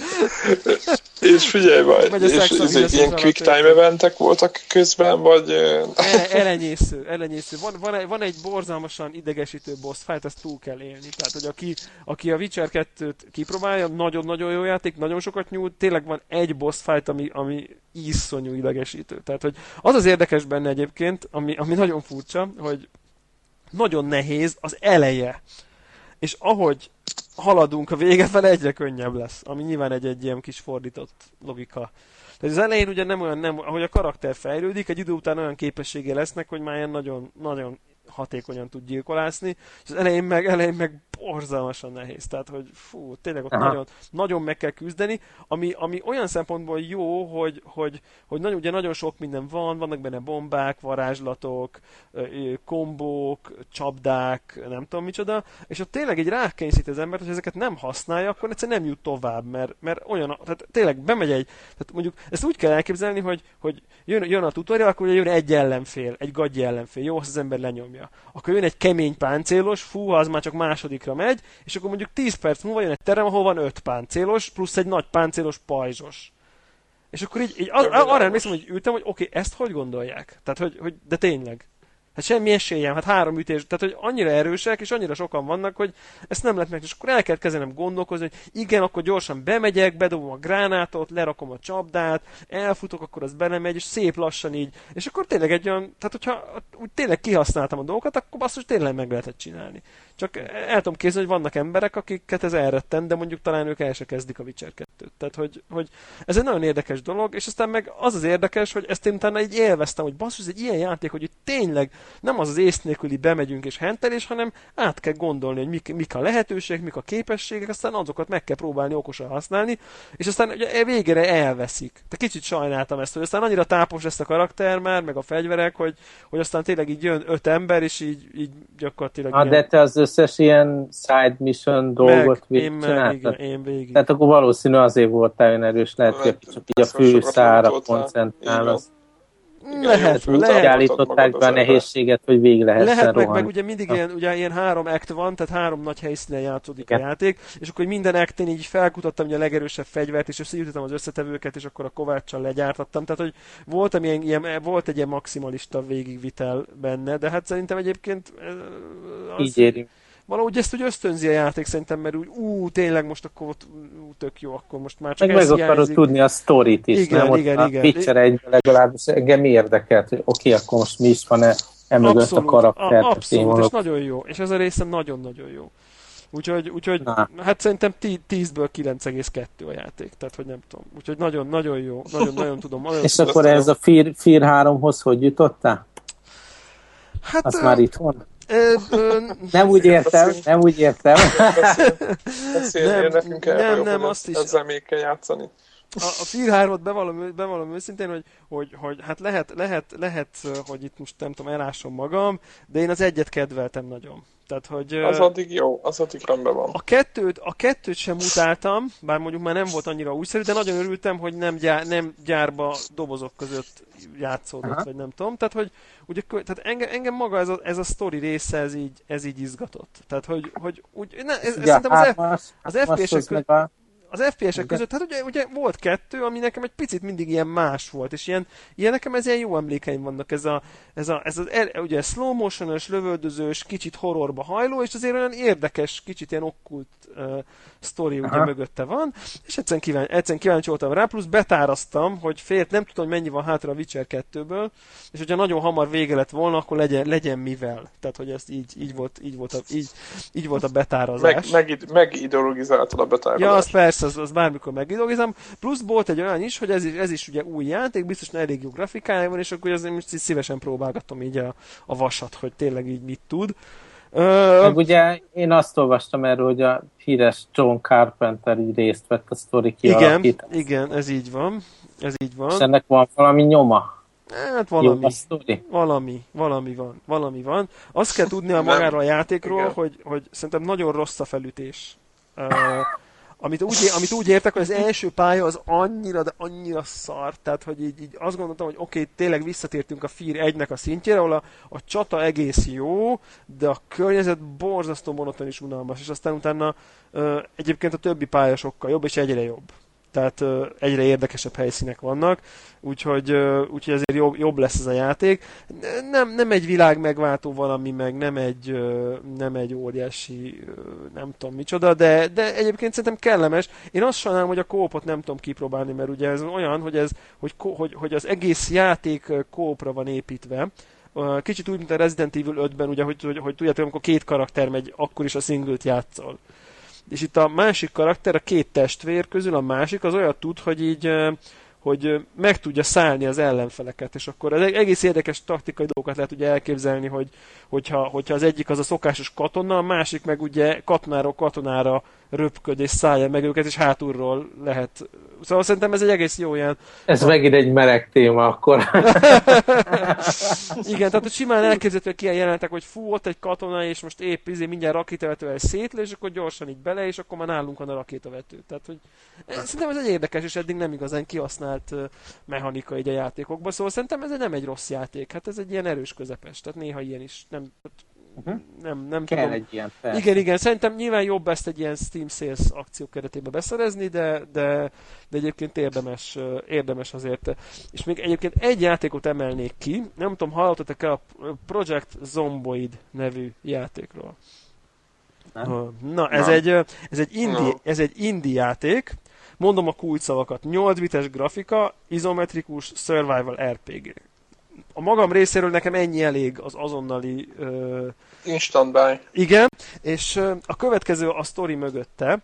És figyelj majd, és ilyen quick time eventek voltak közben, vagy... Elenyésző. Van egy borzalmasan idegesítő boss fight, ezt túl kell élni. Tehát, hogy aki a Witcher 2-t kipróbálja, nagyon-nagyon jó játék, nagyon sokat nyújt, tényleg van egy boss fight, ami iszonyú idegesítő. Tehát, hogy az érdekes benne egyébként, ami nagyon furcsa, hogy nagyon nehéz az eleje. És ahogy haladunk a vége fele, egyre könnyebb lesz. Ami nyilván egy ilyen kis fordított logika. Tehát az elején ugye ahogy a karakter fejlődik, egy idő után olyan képessége lesznek, hogy már ilyen nagyon, nagyon hatékonyan tud gyilkolászni, és az elején meg borzalmasan nehéz. Tehát, hogy tényleg ott nagyon, nagyon meg kell küzdeni, ami olyan szempontból jó, hogy ugye nagyon sok minden vannak benne bombák, varázslatok, kombók, csapdák, nem tudom micsoda, és ott tényleg egy rákényszít az embert, hogy ezeket nem használja, akkor egyszerűen nem jut tovább, mert olyan, tehát tényleg bemegy tehát mondjuk ezt úgy kell elképzelni, hogy jön a tutorial, akkor jön egy ellenfél, egy gagyi ellenfél, jó, az ember lenyomja. Akkor jön egy kemény páncélos, az már csak másodikra megy, és akkor mondjuk 10 perc múlva jön egy terem, ahol van 5 páncélos, plusz egy nagy páncélos pajzsos. És akkor így arra emlékszem, hogy ültem, hogy oké, ezt hogy gondolják? Tehát, hogy de tényleg. Hát semmi esélyem, hát 3 ütés, tehát hogy annyira erősek, és annyira sokan vannak, hogy ezt nem lehet meg. És akkor el kell kezdenem gondolkozni, hogy igen, akkor gyorsan bemegyek, bedobom a gránátot, lerakom a csapdát, elfutok, akkor az belemegy, és szép lassan így. És akkor tényleg egy olyan, tehát hogyha úgy tényleg kihasználtam a dolgokat, akkor basszus tényleg meg lehetett csinálni. Csak el tudom képzelni, hogy vannak emberek, akiket ez elrettent, de mondjuk talán ők el se kezdik a Witcher 2-t. Tehát, hogy ez egy nagyon érdekes dolog, és aztán meg az érdekes, hogy ezt én utána így élveztem, hogy basszus, ez egy ilyen játék, hogy itt tényleg nem az ész nélküli bemegyünk és hentelés, hanem át kell gondolni, hogy mik a lehetőségek, mik a képességek, aztán azokat meg kell próbálni okosan használni, és aztán ugye végére elveszik. De kicsit sajnáltam ezt, hogy aztán annyira tápos lesz a karakter már, meg a fegyverek, hogy aztán tényleg így jön 5 ember, és így gyakorlatilag... De te az összes ilyen side mission dolgot végigcsináltad? Én végig. Tehát akkor valószínű azért voltál olyan erős, lehet, hogy csak így a fő szára koncentrálsz. Lehet. Állították be a nehézséget, hogy végig lehessen rohanni. Meg ugye mindig ilyen 3 act van, tehát 3 nagy helyszínen játszódik a játék, és akkor minden acten így felkutattam ugye a legerősebb fegyvert, és összegyűjtöttem az összetevőket, és akkor a kováccsal legyártattam. Tehát, hogy volt egy ilyen maximalista végigvitel benne, de hát szerintem egyébként így érünk. Valahogy ezt úgy ösztönzi a játék szerintem, mert úgy tényleg most akkor tök jó, akkor most már csak meg akarod tudni a sztorit is, igen, nem? Igen. A Witcher 1 legalábbis engem érdekelt, hogy oké, akkor most mi is van-e emögött a karakter. Abszolút, és nagyon jó. És ez a részem nagyon-nagyon jó. Úgyhogy hát szerintem 10-ből 9,2 a játék, tehát hogy nem tudom. Úgyhogy nagyon-nagyon jó, nagyon tudom. És akkor ez a Fear 3-hoz hogy jutottál? Hát... Az már itt van? Nem úgy értem. Beszélnél nekünk el, nem, azt is. Ezzel még kell játszani. A Fear 3-ot bevallom őszintén, hogy hát lehet, hogy itt most nem tudom, elásom magam, de én az egyet kedveltem nagyon. Tehát, hogy, az addig jó, az addig rendben van. A kettőt sem utáltam, bár mondjuk már nem volt annyira újszerű, de nagyon örültem, hogy nem gyárba dobozok között játszódott, vagy nem tudom. Tehát, hogy ugye, tehát engem maga ez a sztori része, ez így izgatott. Tehát, hogy szerintem az FPS-ek között... Az FPS-ek között, hát ugye volt 2, ami nekem egy picit mindig ilyen más volt, és ilyen nekem ez ilyen jó emlékeim vannak, ugye slow motion-ös, lövöldözős, kicsit horrorba hajló, és azért olyan érdekes, kicsit ilyen okkult sztori ugye mögötte van, és egyszerűen kíváncsi voltam rá, plusz betáraztam, hogy nem tudom, hogy mennyi van hátra a Witcher 2-ből, és hogyha nagyon hamar vége lett volna, akkor legyen mivel. Tehát, hogy ez így volt a betárazás. Megideologizáltad a betárazást. Ja, az persze, az bármikor megideologizálom. Plusz volt egy olyan is, hogy ez is ugye új játék, biztos elég jó grafikája van, és akkor azért most szívesen próbálgatom így a vasat, hogy tényleg így mit tud. Meg ugye én azt olvastam erről, hogy a híres John Carpenter így részt vett a sztori kialakításában. Igen, ez így van. És ennek van valami nyoma? Hát valami van. Azt kell tudni a magáról a játékról, hogy szerintem nagyon rossz a felütés. Amit úgy értek, hogy az első pálya az annyira szar, tehát hogy így azt gondoltam, hogy oké, tényleg visszatértünk a Fear 1-nek a szintjére, ahol a csata egész jó, de a környezet borzasztó monoton és unalmas, és aztán utána egyébként a többi pálya sokkal jobb, és egyre jobb. Tehát egyre érdekesebb helyszínek vannak, úgyhogy ezért jobb lesz ez a játék. Nem egy világ megváltó valami, meg nem egy óriási nem tudom micsoda, de egyébként szerintem kellemes. Én azt sajnálom, hogy a co-opot nem tudom kipróbálni, mert ugye ez olyan, hogy az egész játék co-opra van építve. Kicsit úgy, mint a Resident Evil 5-ben, ugye, hogy tudjátok, amikor 2 karakter megy, akkor is a singlet játszol. És itt a másik karakter, a 2 testvér közül a másik, az olyat tud, hogy meg tudja szállni az ellenfeleket, és akkor az egész érdekes taktikai dolgokat lehet ugye elképzelni, hogyha az egyik az a szokásos katona, a másik meg ugye katonáról katonára röpköd és szállja meg őket, és hátulról lehet. Szóval szerintem ez egy egész jó ilyen... Ez megint egy meleg téma akkor. Igen, tehát simán elképzelhető, hogy ilyen jelentek, hogy fú, ott egy katona, és most épp mindjárt rakétavetővel szétlő, és akkor gyorsan így bele, és akkor már nálunk van a rakétavető. Tehát, hogy szerintem ez egy érdekes, és eddig nem igazán kihasznált mechanika így a játékokban, szóval szerintem ez nem egy rossz játék. Hát ez egy ilyen erős közepes, tehát néha ilyen is nem kell tudom. Egy ilyen persze. Igen, szerintem nyilván jobb ezt egy ilyen Steam Sales akció keretében beszerezni, de egyébként érdemes azért. És még egyébként egy játékot emelnék ki, nem tudom, hallottatok-e a Project Zomboid nevű játékról? Na, ez egy indie játék, mondom a kulcsszavakat, 8 bites grafika, izometrikus survival RPG. a magam részéről nekem ennyi elég az azonnali... Instant buy. Igen, és a következő a sztori mögötte.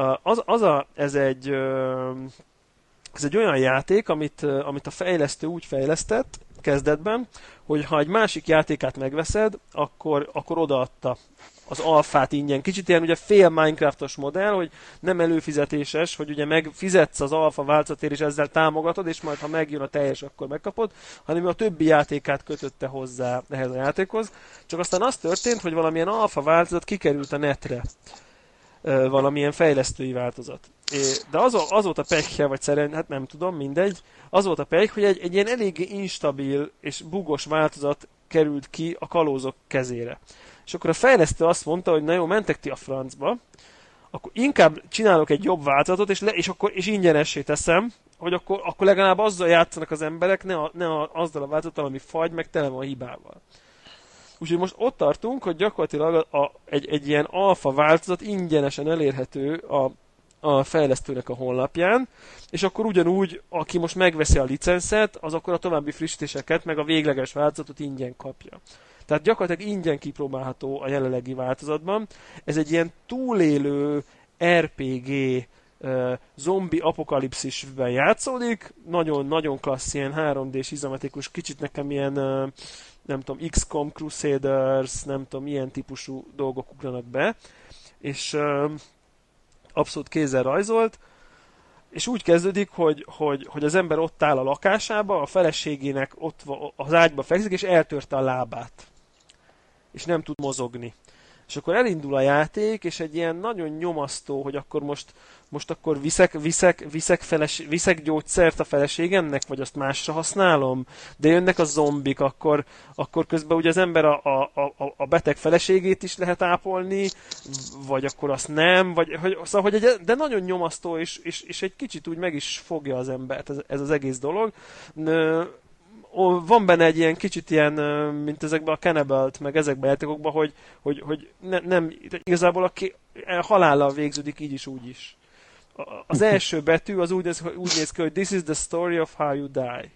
Ez egy olyan játék, amit a fejlesztő úgy fejlesztett kezdetben, hogy ha egy másik játékát megveszed, akkor odaadta az alfát ingyen. Kicsit ilyen ugye fél Minecraftos modell, hogy nem előfizetéses, hogy ugye megfizetsz az alfa változatért, és ezzel támogatod, és majd ha megjön a teljes, akkor megkapod, hanem a többi játékát kötötte hozzá ehhez a játékhoz. Csak aztán az történt, hogy valamilyen alfa változat kikerült a netre. Valamilyen fejlesztői változat. De az volt a pekje, vagy szerint, hát nem tudom, mindegy, az volt a pekje, hogy egy ilyen eléggé instabil és bugos változat került ki a kalózok kezére. És akkor a fejlesztő azt mondta, hogy na jó, mentek ti a francba, akkor inkább csinálok egy jobb változatot, és ingyenessé teszem, hogy akkor legalább azzal játszanak az emberek, ne azzal a változattal, ami fagy, meg tele van hibával. Úgyhogy most ott tartunk, hogy gyakorlatilag egy ilyen alfa változat ingyenesen elérhető a fejlesztőnek a honlapján, és akkor ugyanúgy, aki most megveszi a licenszet, az akkor a további frissítéseket, meg a végleges változatot ingyen kapja. Tehát gyakorlatilag ingyen kipróbálható a jelenlegi változatban. Ez egy ilyen túlélő RPG zombi apokalipszisben játszódik, nagyon-nagyon klassz, ilyen 3D-s izomatikus, kicsit nekem ilyen nem tudom, XCOM, Crusaders, nem tudom, milyen típusú dolgok ugranak be, és abszolút kézzel rajzolt, és úgy kezdődik, hogy az ember ott áll a lakásába, a feleségének ott az ágyba fekszik, és eltörte a lábát. És nem tud mozogni. És akkor elindul a játék, és egy ilyen nagyon nyomasztó, hogy akkor most akkor viszek gyógyszert a feleségemnek, vagy azt másra használom, de jönnek a zombik, akkor közben ugye az ember a beteg feleségét is lehet ápolni, vagy akkor azt nem, szóval, de nagyon nyomasztó, és egy kicsit úgy meg is fogja az embert ez az egész dolog. Van benne egy ilyen kicsit ilyen, mint ezekben a Cannibalt, meg ezekben a játékokban, hogy nem, igazából halállal végződik így is, úgy is. Az első betű az úgy néz ki, hogy this is the story of how you die.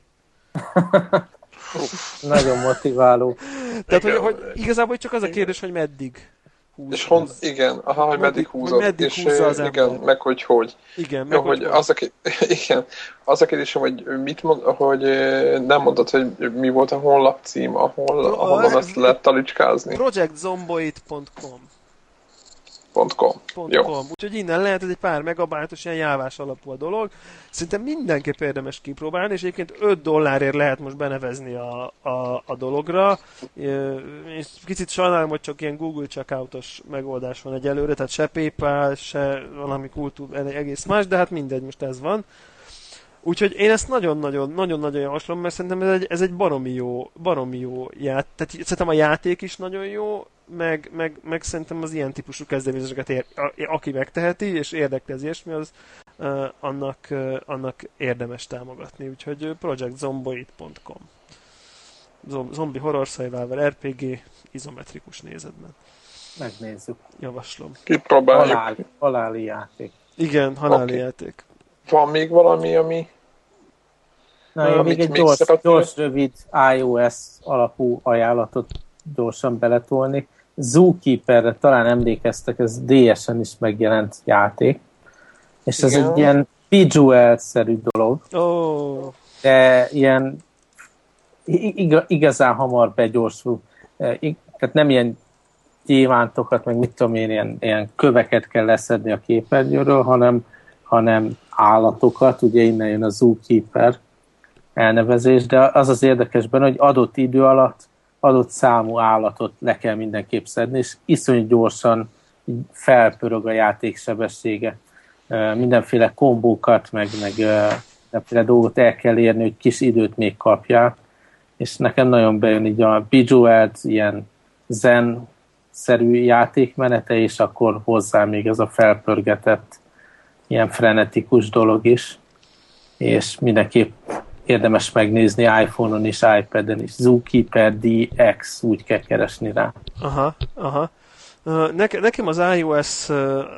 Nagyon motiváló. Tehát, hogy igazából csak az a kérdés, hogy meddig húz. És igen, hogy meddig húzod. Hogy meddig és húzza az igen, ember. meg hogy. Igen, meg hogy. Az a kérdésem, hogy hogy nem mondtad, hogy mi volt a honlap cím, ahol ezt lehet talicskázni. projectzomboid.com Jó. Úgyhogy innen lehet, ez egy pár megabájtos ilyen jávás alapú a dolog. Szerintem mindenképp érdemes kipróbálni, és egyébként $5 lehet most benevezni a dologra. És kicsit sajnálom, hogy csak ilyen Google Checkout-os megoldás van egyelőre, tehát se PayPal, se valami egész más, de hát mindegy, most ez van. Úgyhogy én ezt nagyon-nagyon javaslom, mert szerintem ez egy baromi jó játék. Tehát szerintem a játék is nagyon jó, meg szerintem az ilyen típusú kezdeményezéseket aki megteheti, és érdekli az ilyesmi, az annak érdemes támogatni. Úgyhogy projectzomboid.com Zombi horror survival RPG izometrikus nézetben. Megnézzük. Javaslom. Kipróbáljuk. Haláli játék. Igen, haláli játék. Van még valami, ami... Na, én még egy gyors, rövid iOS alapú ajánlatot gyorsan beletolni. Zookeeperre talán emlékeztek, ez DS-en is megjelent játék. És ez egy ilyen Bejeweled-szerű dolog. Oh. De ilyen igazán hamar begyorsul. Tehát nem ilyen gyémántokat, meg mit tudom én, ilyen köveket kell leszedni a képernyőről, hanem állatokat, ugye innen jön a Zookeeper elnevezés, de az az érdekes benne, hogy adott idő alatt adott számú állatot le kell mindenképp szedni, és iszonyú gyorsan felpörög a játék sebessége. Mindenféle kombókat, meg mindenféle dolgot el kell érni, hogy kis időt még kapjál, és nekem nagyon bejön így a Bejeweled, ilyen zen-szerű játékmenete, és akkor hozzá még ez a felpörgetett ilyen frenetikus dolog is, és mindenképp érdemes megnézni iPhone-on és iPad-en is. Zookeeper DX, úgy kell keresni rá. Aha. Nekem az iOS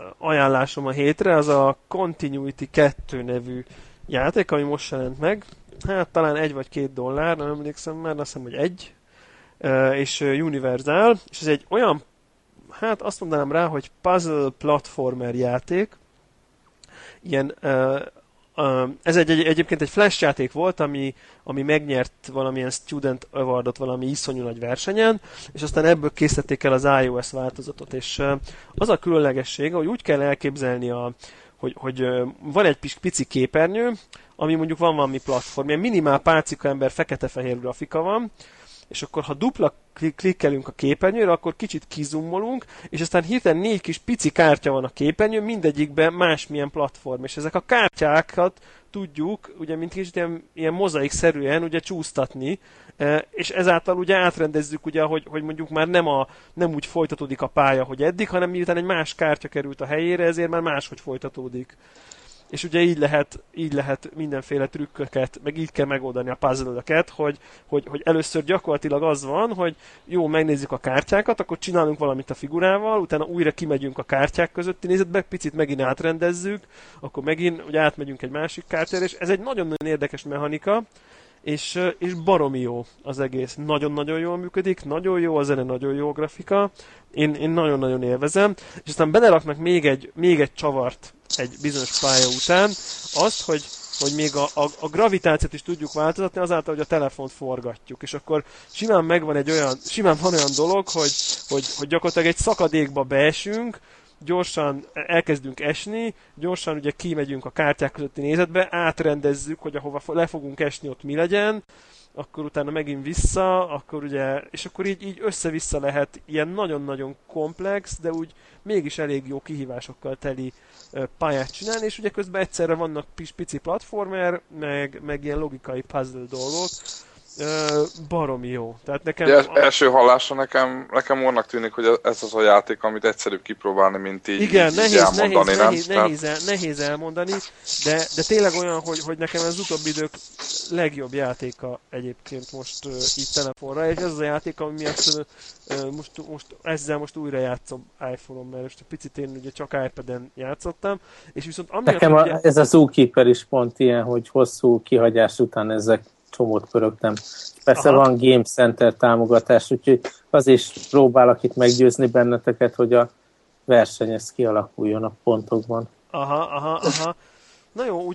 ajánlásom a hétre az a Continuity 2 nevű játék, ami most jelent meg. hát talán $1 vagy $2, nem emlékszem már, azt hiszem, hogy 1, és Universal, és ez egy olyan, hát azt mondanám rá, hogy puzzle platformer játék, ilyen, ez egyébként egy flash játék volt, ami megnyert valamilyen Student Awardot valami iszonyú nagy versenyen, és aztán ebből készítették el az iOS változatot, és az a különlegessége, hogy úgy kell elképzelni, hogy van egy pici képernyő, ami mondjuk van valami platform, ilyen minimál pálcika ember, fekete-fehér grafika van, és akkor ha dupla klikkelünk a képernyőre, akkor kicsit kizummolunk, és aztán hirtelen 4 kis pici kártya van a képernyőn, mindegyikben másmilyen platform, és ezek a kártyákat tudjuk, ugye mint kicsit ilyen mozaikszerűen ugye csúsztatni, és ezáltal ugye átrendezzük, ugye, hogy mondjuk már nem úgy folytatódik a pálya, hogy eddig, hanem miután egy más kártya került a helyére, ezért már máshogy folytatódik. És ugye így lehet mindenféle trükköket, meg így kell megoldani a puzzle-öket, hogy először gyakorlatilag az van, hogy jó, megnézzük a kártyákat, akkor csinálunk valamit a figurával, utána újra kimegyünk a kártyák közötti nézetbe, picit megint átrendezzük, akkor megint ugye átmegyünk egy másik kártyára, és ez egy nagyon-nagyon érdekes mechanika, és baromi jó az egész. Nagyon-nagyon jól működik, nagyon jó a zene, nagyon jó a grafika. Én nagyon-nagyon élvezem. És aztán beleraknak még egy csavart egy bizonyos pálya után, azt, hogy még a gravitációt is tudjuk változtatni azáltal, hogy a telefont forgatjuk. És akkor simán van olyan dolog, hogy gyakorlatilag egy szakadékba beesünk, gyorsan elkezdünk esni, gyorsan ugye kimegyünk a kártyák közötti nézetbe, átrendezzük, hogy ahova le fogunk esni, ott mi legyen, akkor utána megint vissza, akkor ugye, és akkor így össze-vissza lehet ilyen nagyon-nagyon komplex, de úgy mégis elég jó kihívásokkal teli pályát csinálni, és ugye közben egyszerre vannak pici platformer, meg ilyen logikai puzzle dolgok, baromi jó. Tehát nekem... Ugye, első hallásra nekem onnak tűnik, hogy ez az a játék, amit egyszerűbb kipróbálni, mint így, igen, így elmondani, nehéz elmondani, de tényleg olyan, hogy nekem ez az utóbbi idők legjobb játéka egyébként most így telefonra, és ez az a játék, ami miatt most újra játszom iPhone-on, mert most egy picit én ugye csak iPad-en játszottam, és viszont amiatt... Nekem ugye... ez a Zookeeper is pont ilyen, hogy hosszú kihagyás után ezek csomót pörögtem. Persze van Game Center támogatás, úgyhogy az is próbálok itt meggyőzni benneteket, hogy a verseny ez kialakuljon a pontokban. Aha. Na jó,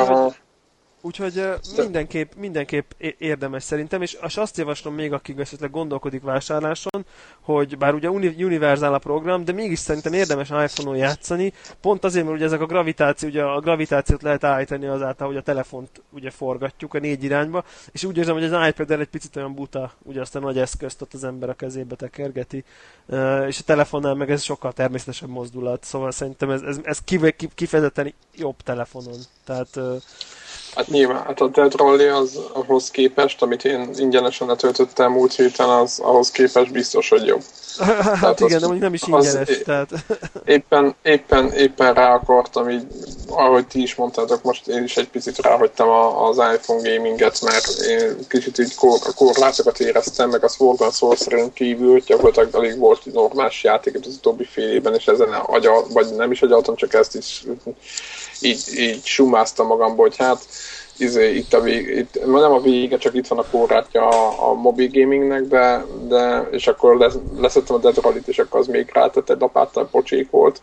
úgyhogy mindenképp érdemes szerintem, és azt javaslom még, akik esetleg gondolkodik vásárláson, hogy bár ugye Universal a program, de mégis szerintem érdemes iPhone-on játszani, pont azért, mert ugye ezek a gravitációt lehet állítani azáltal, hogy a telefont ugye forgatjuk a 4 irányba, és úgy érzem, hogy az iPad-el egy picit olyan buta, ugye azt a nagy eszközt ott az ember a kezébe tekergeti, és a telefonnál meg ez sokkal természetesebb mozdulat, szóval szerintem ez kifejezetten jobb telefonon, tehát... Hát nyilván, hát a Dead Rally az ahhoz képest, amit én ingyenesen letöltöttem múlt héten, az ahhoz képest biztos, hogy jobb. Hát igen, de mondjuk nem is ingyenes, tehát... Éppen rá akartam így, ahogy ti is mondtátok, most én is egy picit ráhagytam az iPhone gaminget, mert én kicsit így korlátokat éreztem, meg a Sword Sorcerer-en kívül gyakorlatilag alig volt normális játék az utóbbi fél évben, és ezen vagy nem is agyaltam, csak ezt is így sumáztam magamba, hogy hát itt nem a vége, csak itt van a korlátja a mobil gamingnek, de és akkor leszettem a Dead Rally-t, és akkor az még rátett egy lapáttal pocsék volt.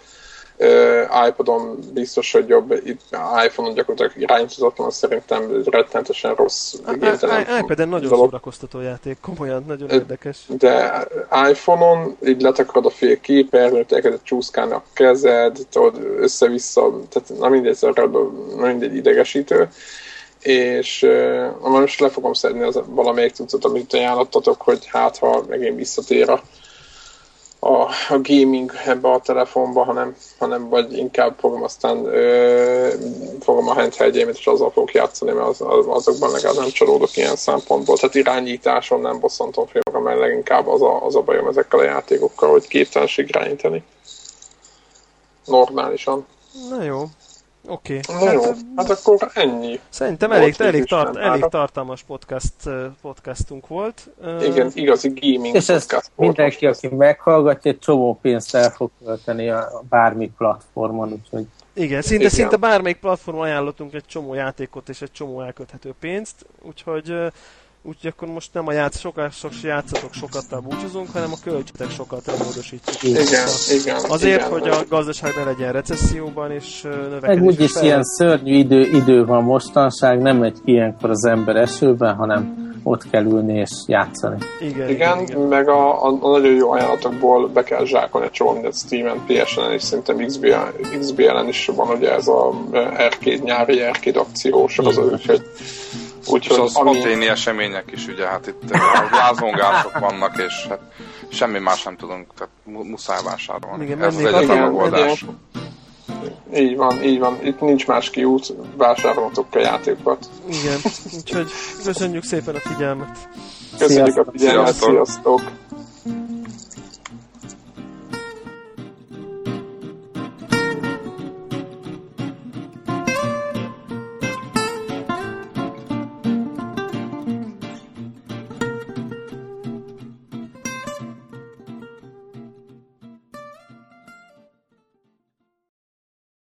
iPodon biztos, hogy jobb, itt iPhone-on gyakorlatilag irányíthatatlan, szerintem rettenetesen rossz. iPad-en nagyon szórakoztató játék, komolyan, nagyon érdekes. De iPhone-on így letakarod a fél képernyőt, elkezdett csúszkálni a kezed, tudod, össze-vissza, tehát nem mindegy idegesítő. És most le fogom szedni valamelyik cuccot, amit ajánlottatok, hogy hát ha megint visszatér a gaming ebbe a telefonba, hanem vagy inkább fogom a handheldjémet, és azzal fogok játszani, mert azokban legalább nem csalódok ilyen szempontból. Tehát irányításon nem bosszantom fél magam, mert leginkább az a bajom ezekkel a játékokkal, hogy képtelenség irányítani. Normálisan. Na jó. Oké. Hát akkor ennyi. Szerintem elég tartalmas podcastunk volt. Igen, igazi gaming és podcast. Mindenki, aki meghallgatja, egy csomó pénzt el fog költeni a bármi platformon, úgyhogy Igen, szinte bármelyik platformon ajánlottunk egy csomó játékot és egy csomó elköthető pénzt, úgyhogy akkor most nem a játszatok sokat búcsúzunk, hanem a költsétek sokat módosítjuk. Igen. Azért, hogy a gazdaság ne legyen recesszióban, és növekedés. Meg úgyis ilyen szörnyű idő van mostanság, nem megy ki ilyenkor az ember esőben, hanem ott kell ülni és játszani. Igen. Meg a nagyon jó ajánlatokból be kell zsákolni egy csomó mindent Steam-en, PSN-en és szerintem XBL-en is van ugye ez a nyári arcade akció sorozat, úgyhogy az sponténi események is, ugye, hát itt lázongások vannak, és hát semmi más nem tudunk, tehát muszáj vásárolni. Igen, ez az egyetlen megoldás. Így van. Itt nincs más kiút, vásárolhatok a játékokat. Igen, úgyhogy köszönjük szépen a figyelmet. Köszönjük a figyelmet, sziasztok!